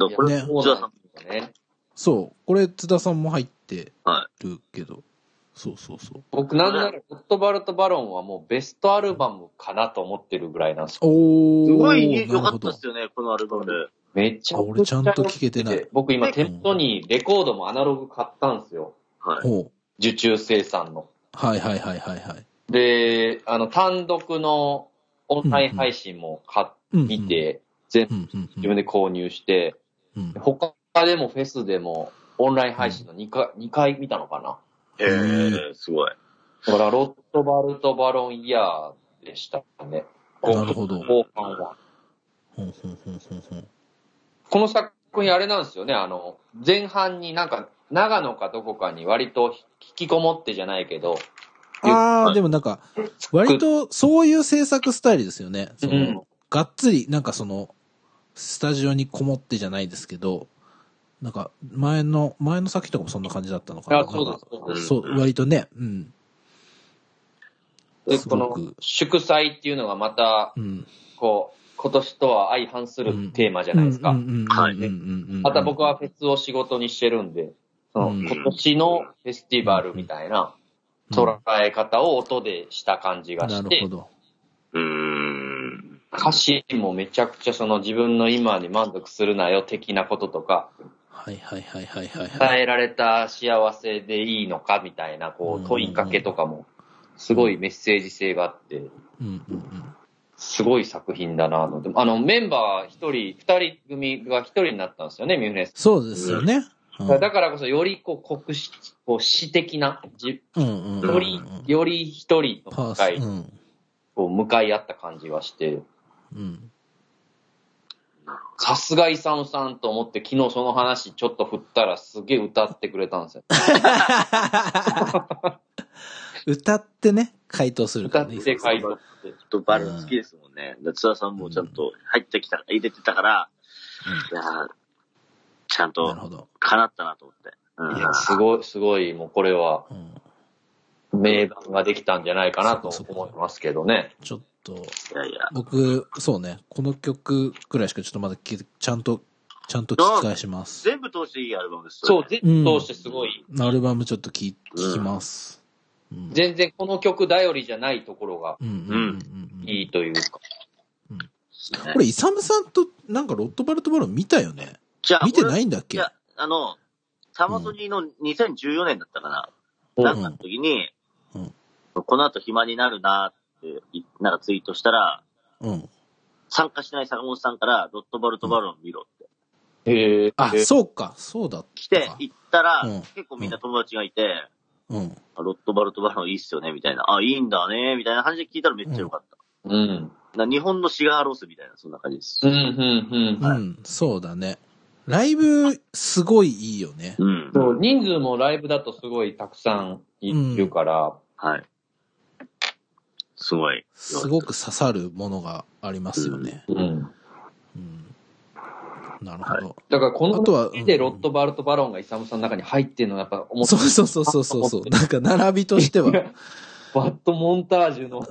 だこれ、ね、津田さんね。 そう。これ、津田さんも入ってるけど。はい、そうそうそう。 僕なんなら、ロットバルトバロンはもうベストアルバムかなと思ってるぐらいなんですよ。 おー。すごい良かったっすよね、このアルバム。 めっちゃくちゃ。 俺ちゃんと聞けてない。 僕今手元にレコードもアナログ買ったんですよ。 はい。 受注生産の。 はいはいはいはいはい。 で、あの、単独のオンライン配信も買ってみて、全部自分で購入して、他でもフェスでもオンライン配信のにかい、にかい見たのかな。 へー、すごい。 だから、ロットバルトバロンイヤーでしたね。 なるほど。 後半は。この作品あれなんですよね、あの、前半になんか、長野かどこかに割と引きこもってじゃないけど。 ああ、でもなんか、割とそういう制作スタイルですよね。その、うん、がっつり、なんかその、スタジオにこもってじゃないですけど、なんか、前の、前の作品とかもそんな感じだったのかな。 そうです。 そう、割とね、うん。 で、この、祝祭っていうのがまた、うん、こう、今年とは相反するテーマじゃないですか。はい。また僕はフェスを仕事にしてるんで、その今年のフェスティバルみたいな捉え方を音でした感じがして、 なるほど。 うーん。 歌詞もめちゃくちゃその自分の今に満足するなよ的なこととか、 はいはいはいはいはい。 伝えられた幸せでいいのかみたいなこう問いかけとかもすごいメッセージ性があって、うんうんうん、すごい作品だなと。あの、メンバー一人、二人組が一人になったんですよね、ミューネス。 そうですよね。 うん、だからこそ、よりこう、国史、こう、史的な、じ、うんうんうん、より、より一人と向かい、うん、こう、向かい合った感じがして、うん、さすがイサムさんと思って、昨日その話ちょっと振ったらすげえ歌ってくれたんですよ。 歌ってね、回答するからね。歌って回答して。 ちょっとバル好きですもんね。津田さんもちゃんと入ってきた、入れてたから、うん、いやちゃんと叶ったなと思って。 うん、いや、すごい、すごい、もうこれは、名盤ができたんじゃないかなと思いますけどね。 ちょっと、 いやいや僕、そうね、この曲くらいしかちょっとまだちゃんと、ちゃんと聞き返します。 全部通していいアルバムですよね。そう、全部通してすごい。 うん、アルバムちょっと聞きます。 うん、全然この曲頼りじゃないところが、いいというか。 うん、これ、イサムさんとなんかロットバルトバロン見たよね。じゃあ見てないんだっけ？いや、 あの、サマソニーのにせんじゅうよねんだったかな。うん、なんかの時に、うん、この後暇になるなって、なんかツイートしたら、うん、参加しない坂本さんからロットバルトバロン見ろって。 へ、うん、あ、そうか、そうだった。 来て、行ったら、うん、結構みんな友達がいて、うん、ロットバルトバロンいいっすよね、みたいな。あ、いいんだね、みたいな感じで聞いたらめっちゃ良かった。うん。うん、日本のシガーロスみたいな、そんな感じです。 うん、うん、うん。はい、うん、そうだね。ライブ、すごいいいよね。 うん。そう、人数もライブだとすごいたくさんいるから、うん、 はい。すごい。 すごく刺さるものがありますよね。うん。うん、なるほど。はい、 だからこの時でロットバルトバロンがイサムさんの中に入ってるのはやっぱ思って、 そうそうそうそうそうそう。なんか並びとしては。 バッドモンタージュの。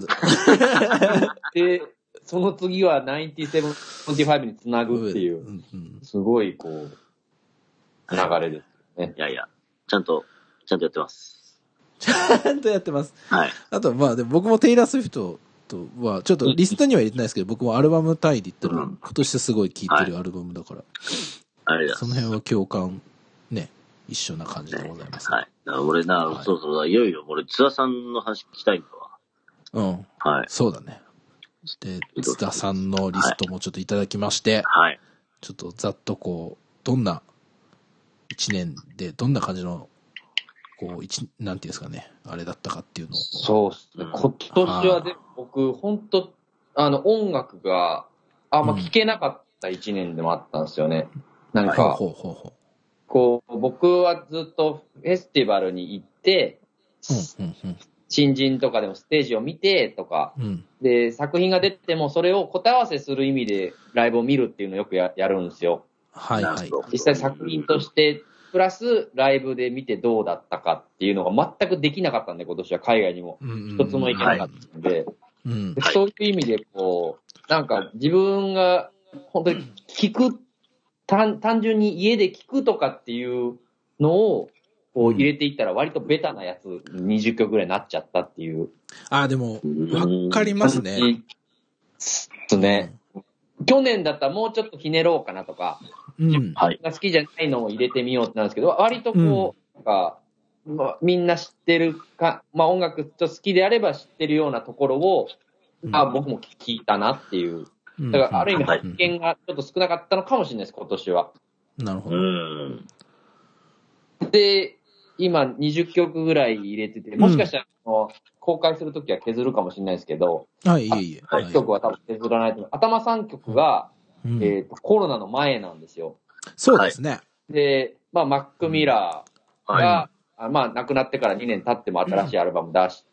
で、その次はナインティセブン、トゥエンティファイブにつなぐっていう、すごいこう、流れですね。 いやいや、ちゃんとちゃんとやってます。 ちゃんとやってます。 はい。 あと、まあ、でも僕もテイラー・スウィフトとは、ちょっとリストには入れてないですけど、僕もアルバム単位で言ったら、今年すごい聴いてるアルバムだから、 あれだ。 その辺は共感、ね、一緒な感じでございます、 ね。はい。だから俺な、はい、そうそうだ、いよいよ俺、津田さんの話聞きたいんだわ。うん。はい。そうだね。で、津田さんのリストもちょっといただきまして、はい。ちょっとざっとこう、どんな、一年でどんな感じの、こう、一、なんていうんですかね、あれだったかっていうのを。 そうっすね。今年はで、僕、本当あの、音楽があんま聴けなかった一年でもあったんですよね。うん、なんか、ほうほうほうこう、僕はずっとフェスティバルに行って、うんうんうん、新人とかでもステージを見てとか、うん、で、作品が出てもそれを答え合わせする意味でライブを見るっていうのをよく や, やるんですよ。はいはい。実際作品として、プラスライブで見てどうだったかっていうのが全くできなかったんで、今年は海外にも一つも行けなかったんで、うんうんはい、そういう意味でこう、なんか自分が本当に聞く、単, 単純に家で聞くとかっていうのをこう入れていったら割とベタなやつにじゅっきょくぐらいになっちゃったっていう。 ああ、でも、わかりますね。 そうね。去年だったらもうちょっとひねろうかなとか、うん、自分が好きじゃないのを入れてみようってなるんですけど、割とこう、うん、なんかまあ、みんな知ってるか、まあ音楽ちょっと好きであれば知ってるようなところを、うん、あ僕も聞いたなっていう。だからある意味発見がちょっと少なかったのかもしれないです、今年は。 なるほど。 で、今にじゅっきょくぐらい入れてて、もしかしたら、うん、公開するときは削るかもしれないですけど、 はい、いえいえ。 いっきょくは多分削らないと思う。頭さんきょくが、うん、えっと、コロナの前なんですよ。 そうですね。 で、まあ、マック・ミラーが、はい、まあ、亡くなってからにねん経っても新しいアルバム出して、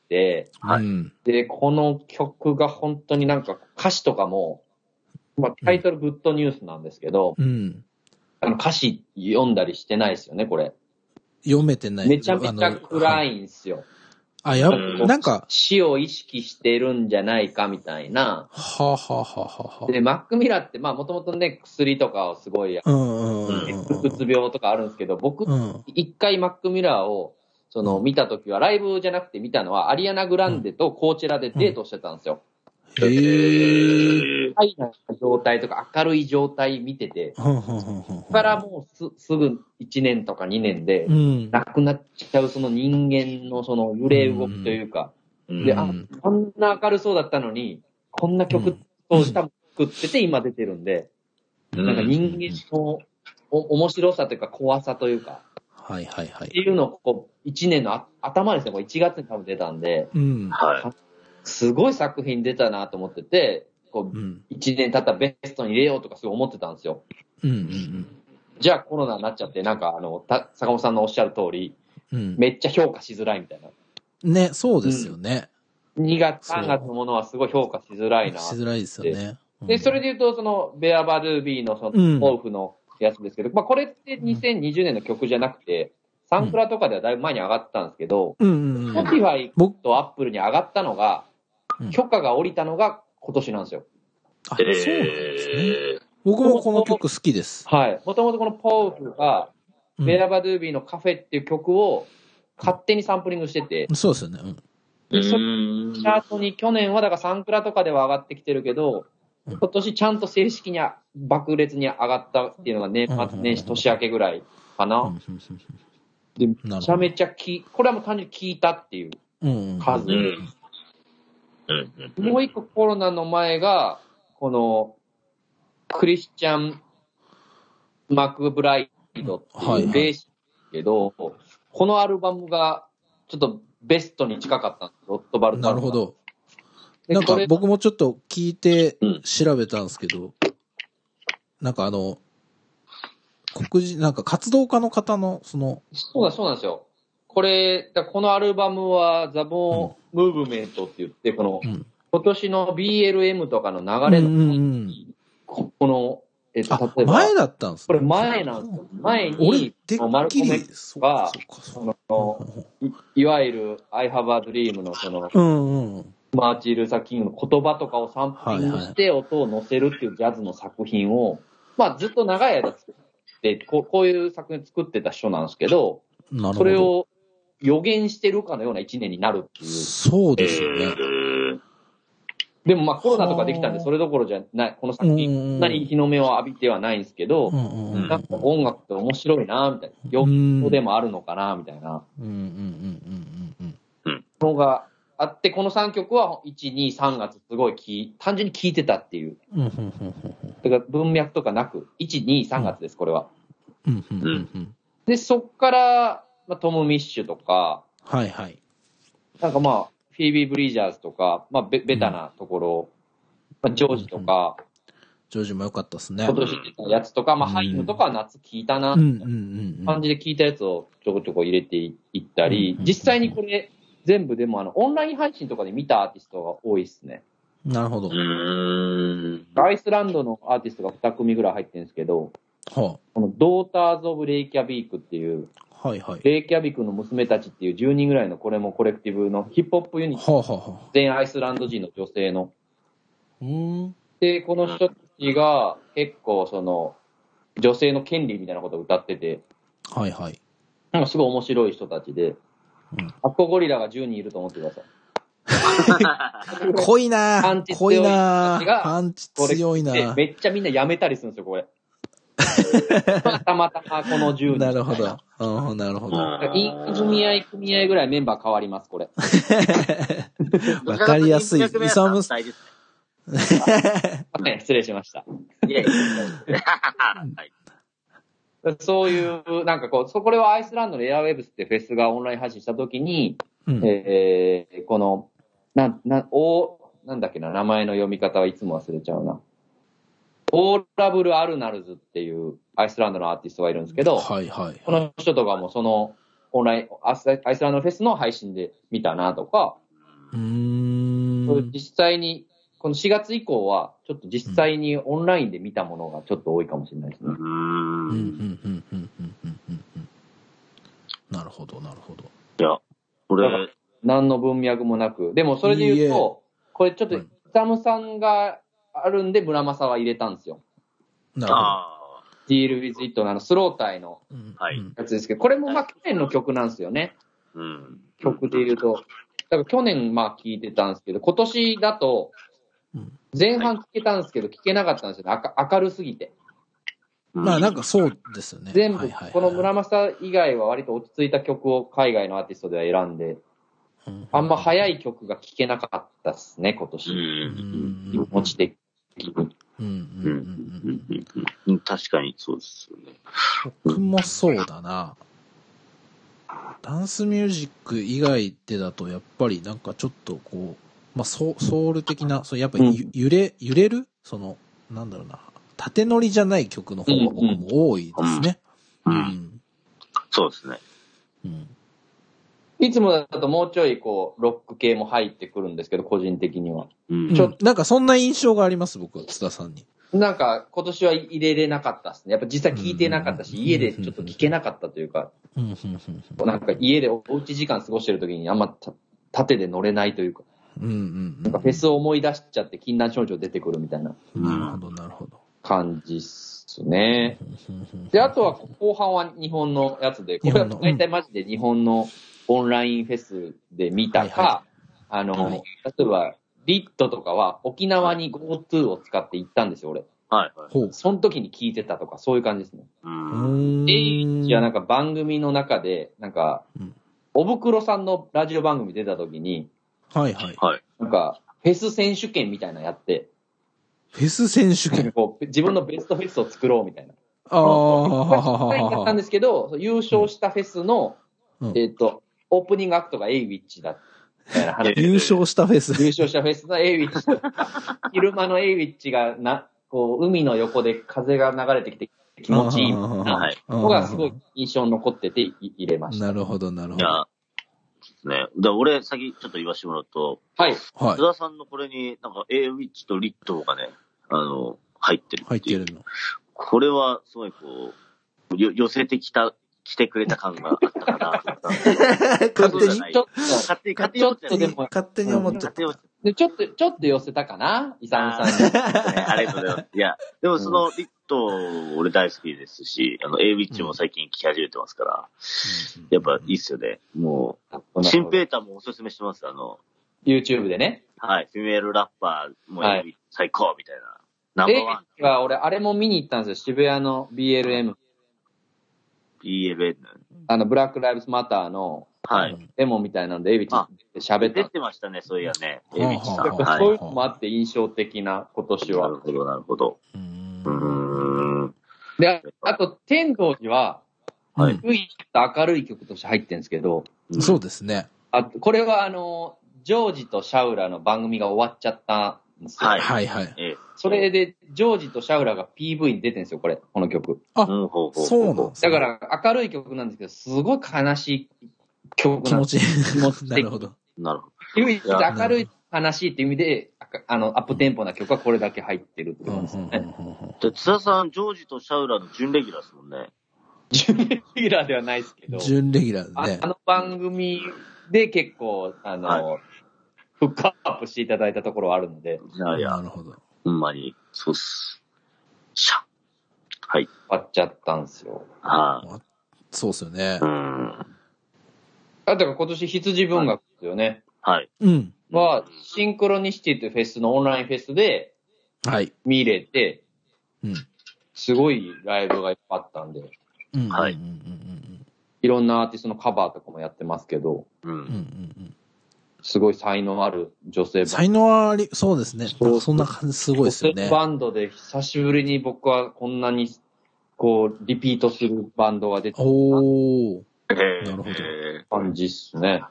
はい、で、この曲が本当になんか歌詞とかも、まあ、タイトルグッドニュースなんですけど、うん、あの歌詞読んだりしてないですよね、これ。 読めてない。 めちゃめちゃ暗いんですよ。 あ、や、なんか。 死を意識してるんじゃないかみたいな。 はあ、はあはははあ、 で、マックミラーって、まあもともとね、薬とかをすごい、うんうんうんうん、うつ病とかあるんですけど、僕、一、うん、回マックミラーを、その、見たときは、ライブじゃなくて見たのは、アリアナ・グランデとコーチェラでデートしてたんですよ。 うんうん、へー。 ハイな状態とか明るい状態見てて、そこからもう す, すぐいちねんとかにねんで、亡くなっちゃうその人間のその揺れ動きというか、うん、で、あ、こんな明るそうだったのに、こんな曲を多分作ってて今出てるんで、うん、なんか人間のお面白さというか怖さというか、 はいはいはい。 っていうのをこういちねんの頭ですね、これいちがつに多分出たんで、うんはい、すごい作品出たなと思ってて、こう、いちねん経ったらベストに入れようとかすごい思ってたんですよ。うんうんうん。じゃあコロナになっちゃって、なんかあの、た坂本さんのおっしゃる通り、うん、めっちゃ評価しづらいみたいな。 ね、そうですよね。 うん、にがつ、さんがつのものはすごい評価しづらいな。 しづらいですよね。 うん、で、それで言うと、その、ベアバドゥービーのその、オフのやつですけど、うん、まあこれってにせんにじゅうねんの曲じゃなくて、サンクラとかではだいぶ前に上がったんですけど、うんうんうん、Spotify と Apple に上がったのが、許可が下りたのが今年なんですよ。 あ、そうなんですね。僕もこの曲好きです。 はい。もともとこのポーフが、うん、ベアバドゥービーのカフェっていう曲を勝手にサンプリングしてて。 そうですよね。うん。 で、そのチャートに去年はだからサンクラとかでは上がってきてるけど、うん、今年ちゃんと正式に爆裂に上がったっていうのが年末年始年明けぐらいかな。うん、で、めちゃめちゃき、これはもう単純に聞いたっていう数。うんうんうん、もう一個コロナの前が、この、クリスチャン・マクブライドっていうベースけど、はいはい、このアルバムがちょっとベストに近かったんです、ロットバルタ。 なるほど。なんか僕もちょっと聞いて調べたんですけど、うん、なんかあの、黒人、なんか活動家の方の、その。 そうだ、そうなんですよ。これ、このアルバムはザボームーブメントって言って、この、うん、今年の ビーエルエム とかの流れの、うんうんうん、この、えっと、例えば。 前だったんですか？これ前なんですよ。前に、マルコメックが、その、い, いわゆる I have a dream のその、うんうん、マーチン・ルーサー・キングの言葉とかをサンプリングして音を乗せるっていうジャズの作品を、はいはい、まあずっと長い間作ってこう、こういう作品作ってた人なんですけど、なるほど、それを予言してるかのような一年になるっていう。 そうですよね。えー、 でもまあコロナとかできたんでそれどころじゃない、この先、そんなに日の目を浴びてはないんですけど、なんか音楽って面白いなみたいな。予言でもあるのかなみたいな。のがあって、このさんきょくはいち、に、さんがつすごいき単純に聴いてたっていう。だから文脈とかなく、いち、に、さんがつです、これは。で、そっから、まあ、トム・ミッシュとか、 はいはい。 なんかまあ、フィービー・ブリージャーズとか、まあベ、ベタなところ、うん、まあ、ジョージとか、うんうん、 ジョージも良かったですね。 今年のやつとか、まあ、ハイムとかは夏聞いたな、感じで聞いたやつをちょこちょこ入れていったり、実際にこれ、全部でもあの、オンライン配信とかで見たアーティストが多いですね。 なるほど。 アイスランドのアーティストがにくみぐらい入ってるんですけど、はあ、このドーターズ・オブ・レイキャビークっていう、 はいはい、 レイキャビクの娘たちっていうじゅうにんぐらいのこれもコレクティブのヒップホップユニット、はあはあ、全アイスランド人の女性の。 うんで、この人たちが結構その女性の権利みたいなことを歌ってて、 はいはい。 なんかすごい面白い人たちで、うん、アッコゴリラがじゅうにんいると思ってください。 濃いなパンチ強い人たちがパンチ強いなめっちゃみんなやめたりするんですよ、これ。たまたまこのじゅうにん。 なるほど。あなるほど。 組合組合ぐらいメンバー変わります、これ。 わかりやすい。イサムさん失礼しました。そういう、なんかこう、そこれはアイスランドのエアウェーブスってフェスがオンライン配信したときに、うん、えー、この、な、な、お、なんだっけな、名前の読み方はいつも忘れちゃうな。オーラブル・アルナルズっていうアイスランドのアーティストがいるんですけど、 はいはいはい、 この人とかもそのオンライン、アイスランドフェスの配信で見たなとか、 うーん実際に、このしがつ以降は、ちょっと実際にオンラインで見たものがちょっと多いかもしれないですね。 なるほど、なるほど。 いや、これ、 何の文脈もなく、でもそれで言うと、これちょっと、イサムさんが、あるんで、村正は入れたんですよ。 なるほど。 Deal with It のあの、スロータイのやつですけど、これもまあ去年の曲なんですよね。 うん、 曲で言うと。だから去年まあ聴いてたんですけど、今年だと、前半聴けたんですけど、聴けなかったんですよね。明るすぎて。 まあなんかそうですよね。 全部、この村正以外は割と落ち着いた曲を海外のアーティストでは選んで、あんま早い曲が聴けなかったですね、今年。落ちて。 確かにそうですよね。 僕もそうだな。ダンスミュージック以外でだとやっぱりなんかちょっとこう、まあソウル的な、そうやっぱり揺れ、揺れるその、なんだろうな。縦乗りじゃない曲の方が僕も多いですね。 うんうんうん、そうですね。 うんいつもだともうちょいこう、ロック系も入ってくるんですけど、個人的には。 うん、ちょなんかそんな印象があります、僕は、津田さんに。 なんか、今年は入れれなかったですね。やっぱ実際聞いてなかったし、家でちょっと聞けなかったというか、なんか家でおうち時間過ごしてる時にあんま縦で乗れないというか、 うんうんうん、 なんかフェスを思い出しちゃって禁断症状出てくるみたいな。 なるほど、なるほど。 感じっすね。で、あとは後半は日本のやつで、これは大体マジで日本のオンラインフェスで見たか、はいはい、あの、はい、例えば、リットとかは沖縄に GoTo を使って行ったんですよ、俺。 はい、はい。 その時に聞いてたとか、そういう感じですね。 うーん。 エイチはなんか番組の中で、なんか、おぶくろさんのラジオ番組出た時に、 はいはい。 なんか、フェス選手権みたいなのやって、 フェス選手権こう自分のベストフェスを作ろうみたいな。 ああ。 やったんですけど、優勝したフェスの、うん、えっ、ー、と、オープニングアクトがエイウィッチだ。みたいな話。 優勝したフェス。 優勝したフェスのエイウィッチとか、昼間のエイウィッチがな、こう、海の横で風が流れてきて気持ちいいみたいなのがすごい印象に残ってて入れました。 なるほど、なるほど。いや、 ね。で、俺、先ちょっと言わせてもらうと、 はい。 はい。津田さんのこれに、なんか、エイウィッチとリットがね、あの、入ってるって。 入ってるの。 これは、すごいこう、よ、寄せてきた、来てくれた感があったかな。 勝手にちょっと、 勝手に、勝手に思っちゃう。 勝手に思っちゃった。 で、ちょっと、ちょっと寄せたかなイサムさんに。 ありがとうございます。いや、でもその、リット俺大好きですし、あの、A ウィッチも最近聴き始めてますから、うん、やっぱいいっすよね。もう、シンペーターもおすすめしてます。あの、 YouTube でね。 はい。フィメールラッパーも最高みたいな。ナンバーワン。 A は俺、あれも見に行ったんですよ。渋谷の ビーエルエム。 ビーエルエム? あの、ブラックライブズマターの、 はい。 デモみたいなんで、エイビッチ喋った。 出てましたね、そういやね。エイビッチさん。 そういうのもあって印象的な、今年は。 なるほど、なるほど。うーん。 で、あと、天童寺は、はい。明るい曲として入ってるんですけど。 そうですね。 あこれは、あの、ジョージとシャウラの番組が終わっちゃったんですよ。 はい、はい、はい。 それで、ジョージとシャウラが ピーブイ に出てるんですよ、これ、この曲。 あ、そうなんですね。だから、明るい曲なんですけど、すごい悲しい曲なんですよ。 気持ちいい。なるほど。 なるほど。 唯一明るい話っていう意味で、あの、アップテンポな曲はこれだけ入ってるってことですね。 で、津田さん、ジョージとシャウラの準レギュラーですもんね。 準レギュラーではないですけど。 準レギュラーね。 あの番組で結構、あの、はい、フックアップしていただいたところはあるので。 いやいや。 なるほど。 ほんまに、そうっす。シャはい。 終わっちゃったんですよ。 はい、あ。 そうっすよね。 うん。 だから今年羊文学ですよね。 はい。 うん。 は、シンクロニシティというフェスのオンラインフェスで、 はい。 見れて、 うん。 すごいライブがいっぱいあったんで、 うん。 はい。 いろんなアーティストのカバーとかもやってますけど、 うん。うん。うんうんすごい才能ある女性バンド。 才能あり、そうですね。なんかそんな感じすごいですよね。 女性バンドで久しぶりに僕はこんなに、こう、リピートするバンドが出てる。 おー。 なるほど。 感じっすね。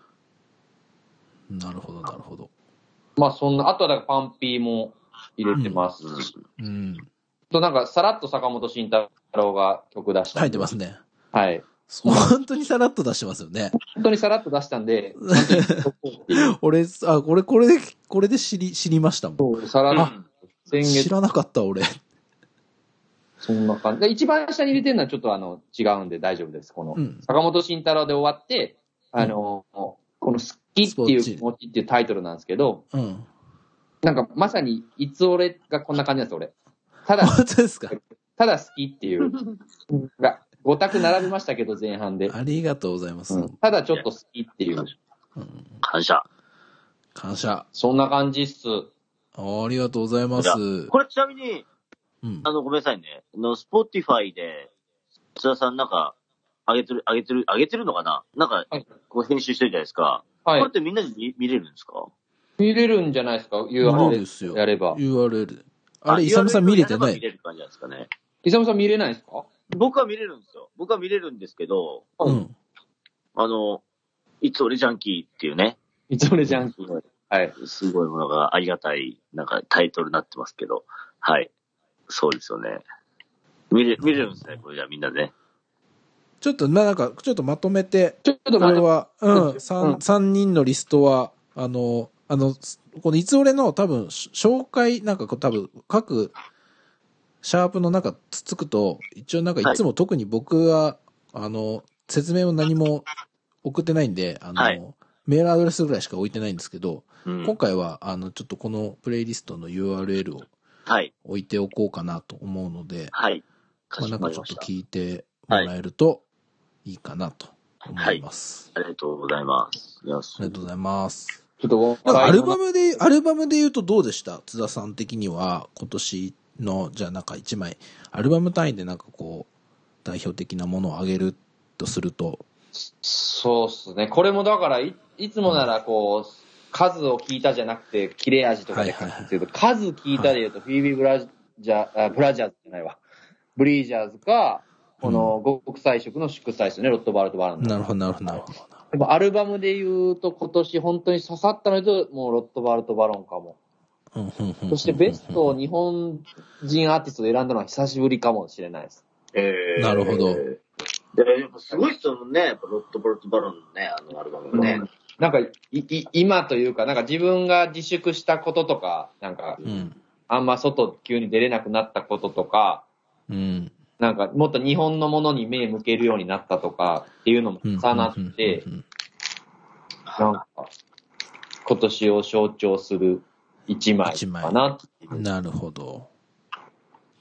なるほど、なるほど。 まあそんな、あとはだからパンピーも入れてますし。 うん。うん、 となんか、さらっと坂本慎太郎が曲出した。 入ってますね。 はい。 本当にさらっと出してますよね。 本当にさらっと出したんで、 俺、あ、俺、これで、これで知り、知りましたもん。 そう、さらっと。 先月。知らなかった、俺。 そんな感じ。で、一番下に入れてるのはちょっとあの、違うんで大丈夫です。この、うん、坂本慎太郎で終わって、あの、うん、この好きっていう気持ちっていうタイトルなんですけど、 うん。 なんかまさに、いつ俺がこんな感じなんです、俺。ただ、 本当ですか？ ただ好きっていう、が、ご択並びましたけど、前半で。 ありがとうございます。 うん、ただちょっと好きっていう。 うん、 感謝。 感謝。 そんな感じっす。 ありがとうございます。 これちなみに、うん、あの、ごめんなさいね。の、スポーティファイで、津田さんなんか、上げてる、上げてる、上げてるのかななんか、はい、こう編集してるじゃないですか。はい。これってみんなで 見, 見れるんですか？ 見れるんじゃないですか ?ユーアールエル やれば。 ユーアールエル。あれ、イサムさん見れてない？ 見れる感じなんですかね。 イサムさん見れないんですか？ 僕は見れるんですよ。僕は見れるんですけど、 うん。 あの、いつ俺ジャンキーっていうね。 いつ俺ジャンキー。はい。 すごいものがありがたい、なんかタイトルになってますけど。はい。そうですよね。見れ、見れるんですね、これじゃあみんなね。 ちょっと、まあ、なんか、ちょっとまとめて、 ちょっとこれは、うん、三、三人のリストは、あの、あの、このいつ俺の多分、紹介、なんか多分、各、シャープの中つつくと、一応なんかいつも特に僕は、はい、あの、説明を何も送ってないんで、あの、はい、メールアドレスぐらいしか置いてないんですけど、うん、今回は、あの、ちょっとこのプレイリストの ユーアールエル を置いておこうかなと思うので、 はい。 まあなんかちょっと聞いてもらえるといいかなと思います。 はい。ありがとうございます。 ありがとうございます。 ちょっと、 なんかアルバムで、アルバムで言うとどうでした？津田さん的には、今年の、じゃあなんか一枚、アルバム単位でなんかこう、代表的なものをあげるとすると。 そうっすね。これもだからい、いつもならこう、数を聞いたじゃなくて、切れ味とかで書くんですけど、はいはいはい、数聞いたで言うと、はい、フィービー・ブラジャー、あ、ブラジャーズじゃないわ。ブリージャーズか、この極彩色の祝祭ですね、ロットバルトバラン。 なるほど、なるほど、なるほど。 でもアルバムで言うと今年本当に刺さったので、もうロットバルトバロンかも。そしてベストを日本人アーティストで選んだのは久しぶりかもしれないです。 えー、 なるほど。 でやっぱすごいっすよね、やっぱロットバルトバロンのね、あのアルバムがね。うん、 なんかいい、今というか、なんか自分が自粛したこととか、なんか、うん、あんま外急に出れなくなったこととか、 うん、 なんかもっと日本のものに目向けるようになったとかっていうのも重なって、なんか今年を象徴する一枚かな。 なるほど。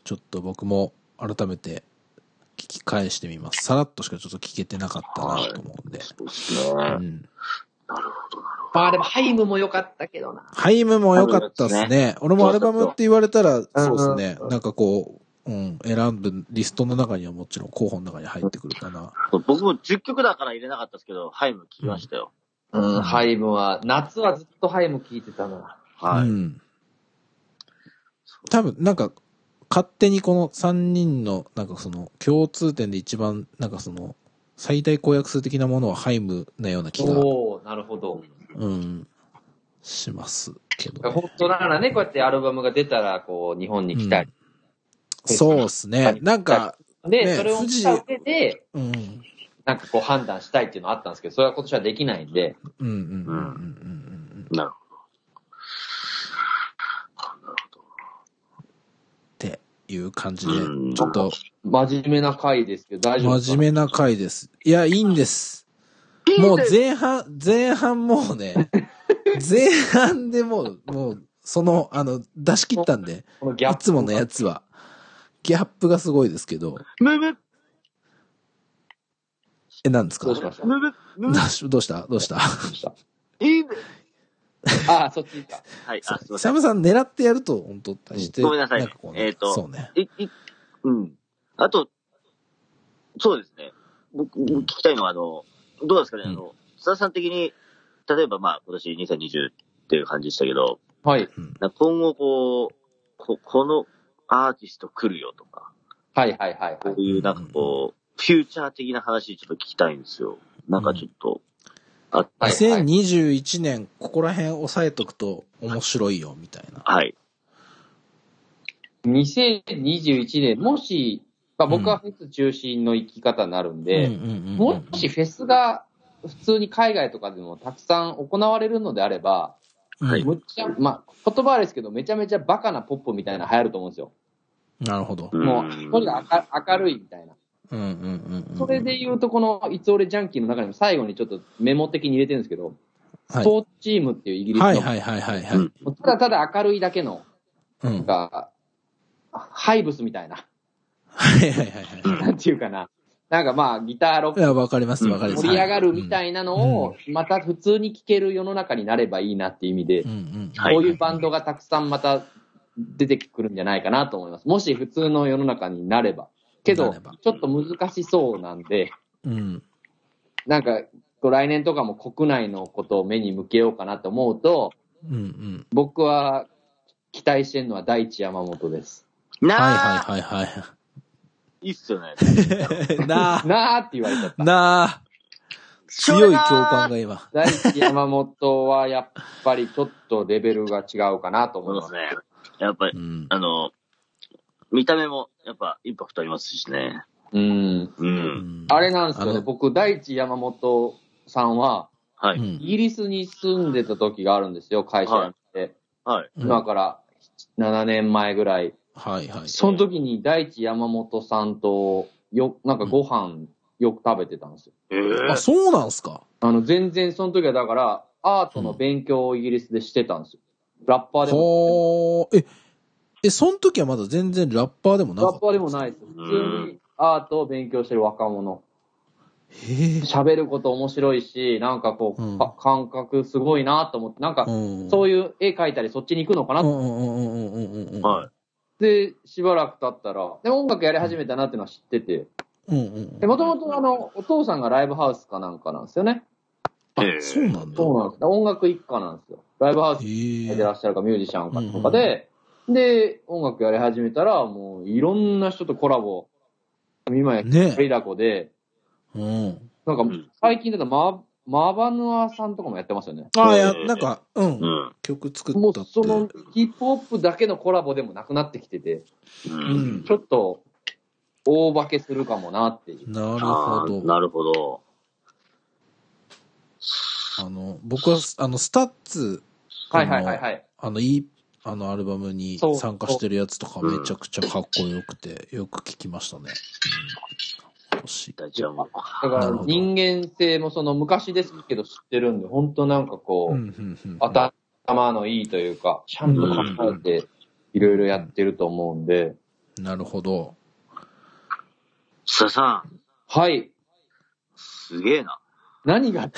ちょっと僕も改めて聞き返してみます。さらっとしかちょっと聞けてなかったなと思うんで。 そうですね。うん。なるほど、なるほど。 まあでも、ハイムも良かったけどな。 ハイムも良かったですね。俺もアルバムって言われたら、そうですね。なんかこう、うん、選ぶリストの中にはもちろん候補の中に入ってくるかな。 僕もじゅっきょくだから入れなかったですけど、ハイム聞きましたよ。 うん、うん、ハイムは、夏はずっとハイム聞いてたな。 はい。 うん。多分、なんか、勝手にこのさんにんの、なんかその、共通点で一番、なんかその、最大公約数的なものはハイムなような気が。 おー、なるほど。 うん。しますけど、ね。 本当だからね、こうやってアルバムが出たら、こう、日本に来たり。 うん、そうですね。なんか、 で、 ね、 それを見た上で、 うん。 なんかこう判断したいっていうのはあったんですけど、それは今年はできないんで。 うんうんうんうんうんうん。 なるほど。 っていう感じで、ちょっと。 真面目な回ですけど、大丈夫ですか？ 真面目な回です。いや、いいんです。もう前半、前半もうね、前半でもう、もう、その、あの、出し切ったんで、いつものやつは、ギャップがすごいですけど。 ムブえ、何ですか？ どうしました？ ムブムブどうしたどうしたどうしたいいね。 ああ、そっちか。 はい、あ、すいません。 サムさん狙ってやると、本当して。 ごめんなさい。 なんかこうね、 えっと、 そうね。 い、い、うん。あと、そうですね。僕、聞きたいのは、あの、どうですかね、あの、津田さん的に、例えばまあ、今年にせんにじゅうっていう感じでしたけど、 はい。 今後こう、こ、このアーティスト来るよとか、 はいはいはい、はい。 こういうなんかこう、フューチャー的な話ちょっと聞きたいんですよ。なんかちょっと、あったにせんにじゅういちねん、ここら辺押さえとくと面白いよ、みたいな。 はい。 にせんにじゅういちねん、もし、まあ、僕はフェス中心の生き方になるんで、もしフェスが普通に海外とかでもたくさん行われるのであれば、はい、むっちゃ、まあ、言葉あれですけど、めちゃめちゃバカなポップみたいなの流行ると思うんですよ。 なるほど。 もう、とにかく明るいみたいな。 うんうんうんうん、 それで言うと、この、いつ俺ジャンキーの中にも最後にちょっとメモ的に入れてるんですけど、スポーツチームっていうイギリスの、 はいはいはいはいはい。 ただただ明るいだけの、なんか、うん、ハイブスみたいな。 はいはいはいはい。 なんていうかな。なんかまあ、ギターロック。 いや、わかりますわかります。 盛り上がるみたいなのを、また普通に聴ける世の中になればいいなっていう意味で、うんうん、こういうバンドがたくさんまた出てくるんじゃないかなと思います。もし普通の世の中になれば。けど、ちょっと難しそうなんで、うん、なんか、来年とかも国内のことを目に向けようかなと思うと、うんうん、僕は期待してるのは大地山本です。 なあはいはいはいはい。 いいっすよね。 なあ。 なあって言われちゃった。 なあ。強い共感が今。 大地山本はやっぱりちょっとレベルが違うかなと思います。 そうですね。やっぱり、うん、あの、見た目もやっぱインパクトありますしね。 うん。うん。あれなんですよね。僕、大地山本さんは、はい。イギリスに住んでた時があるんですよ、会社辞めて。はい。今からななねんまえぐらい。 はいはい。 その時に大地山本さんと、よ、なんかご飯よく食べてたんですよ。 えー、あ、そうなんすか？ あの、全然その時はだから、アートの勉強をイギリスでしてたんですよ。ラッパーでも。 はー、え、え、その時はまだ全然ラッパーでもなかった？ ラッパーでもないです。普通にアートを勉強してる若者。 へぇ。 喋ること面白いし、なんかこう、うん、感覚すごいなと思って、なんか、そういう絵描いたりそっちに行くのかなと思って。はい。で、しばらく経ったら、で、音楽やり始めたなっていうのは知ってて。うんうん。で、もともとあの、お父さんがライブハウスかなんかなんですよね。 あ、そうなんだ。 そうなんです。音楽一家なんですよ。ライブハウスやってらっしゃるかミュージシャンかとかで、うんうん、で、音楽やり始めたら、もういろんな人とコラボ、今やリラコで、うん。なんか、最近だとマ、マバヌアさんとかもやってますよね。 ああ、や、なんか、うん。うん、曲作ったって。 もうその、ヒップホップだけのコラボでもなくなってきてて、うん。ちょっと、大化けするかもなっていう。 なるほど。 なるほど。 あの、僕は、あの、スタッツ、 はいはいはいはい。 あの、いい、あの、アルバムに参加してるやつとかめちゃくちゃかっこよくて、よく聞きましたね。 だから人間性もその昔ですけど知ってるんで、本当なんかこう、頭のいいというか、ちゃんと考えていろいろやってると思うんで、 なるほど。 須田さん。 はい。 すげえな。 何が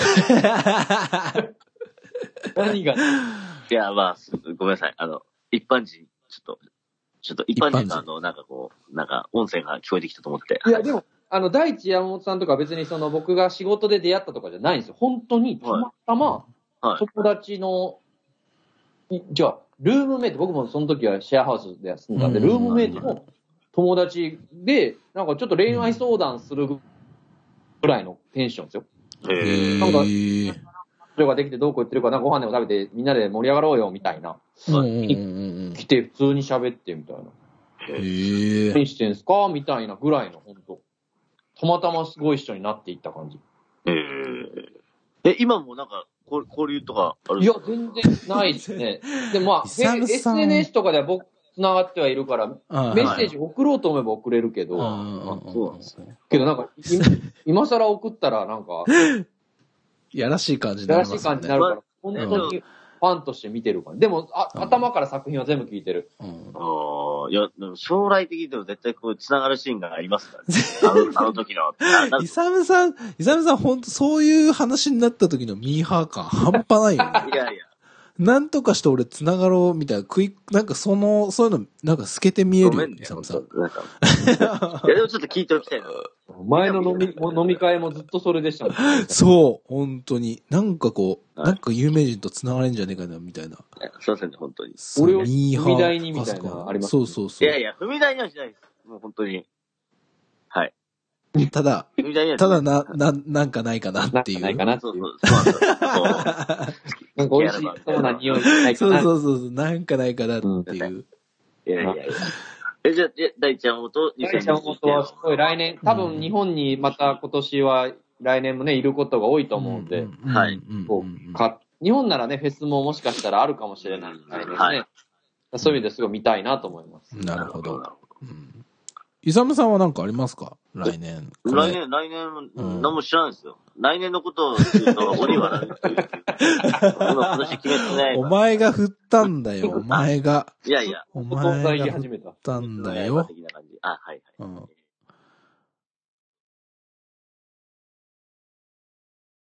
何がいや、まあ、ごめんなさい。あの、一般人、ちょっと、ちょっと一般人のあの、なんかこう、なんか音声が聞こえてきたと思って。 いや、でも、あの、大地山本さんとか別にその僕が仕事で出会ったとかじゃないんですよ。本当にたまたま、友達の、はい、じゃあ、ルームメイト、僕もその時はシェアハウスで住んだんで、ルームメイトの友達で、なんかちょっと恋愛相談するぐらいのテンションですよ。 へー。なんか、それができてどうこう言ってるから、ご飯でも食べてみんなで盛り上がろうよみたいな。来て普通に喋ってみたいな。 へー。 何してんすかみたいなぐらいの、ほんと。たまたますごい一緒になっていった感じ。 へー。え、今もなんか、交流とかあるんいや、 ですか？ 全然ないですね。でもまあ、エスエヌエス とかでは僕、繋がってはいるから、メッセージ送ろうと思えば送れるけど、 そうなんですね。 けどなんか、今更送ったらなんか、 やらしい感じになる、ね。 やらしい感じになるから、本当にファンとして見てるから。でも、あ、頭から作品は全部聞いてる。 うん、ああ、いや、でも将来的にでも絶対こう繋がるシーンがありますからね。あの、あの時の。 イサムさん、イサムさん本当そういう話になった時のミーハー感半端ないよね。 いやいや。 なんとかして俺繋がろうみたいな、クイック、なんかその、そういうの、なんか透けて見えるよ、イサムさん。 なんかいや、でもちょっと聞いておきたいな。 前の飲み、飲み会もずっとそれでしたもんね。 そう、本当に。なんかこう、はい、なんか有名人と繋がれんじゃねえかな、みたいな。 すいませんね、本当に。 俺を踏み台にみたいなあります、ね。 そうそうそう。 いやいや、踏み台にはしないです。もう本当に。はい。 ただ、ただな、な、なんかないかなっていう。 ないかなっていう。 そうそう。そうなんか美味しそうな匂いないかな。 そうそうそう。なんかないかなっていう。 いやいやいや。え、じゃあ、大ちゃんもと、 大ちゃんもとはすごい来年、多分日本にまた今年は来年もね、いることが多いと思うんで。 はい。 こうか日本ならね、フェスももしかしたらあるかもしれない。来年ね。はい、そういう意味ですごい見たいなと思います。 なるほど。イサムさんは何かありますか来年。 来年、来年、何も知らないですよ。来年のことを言うと、鬼は何っていう。今今年決めてない。 お前が振ったんだよ、お前が。 いやいや。 お前が振ったんだよ。 的な感じ。あ、はいはい。 うん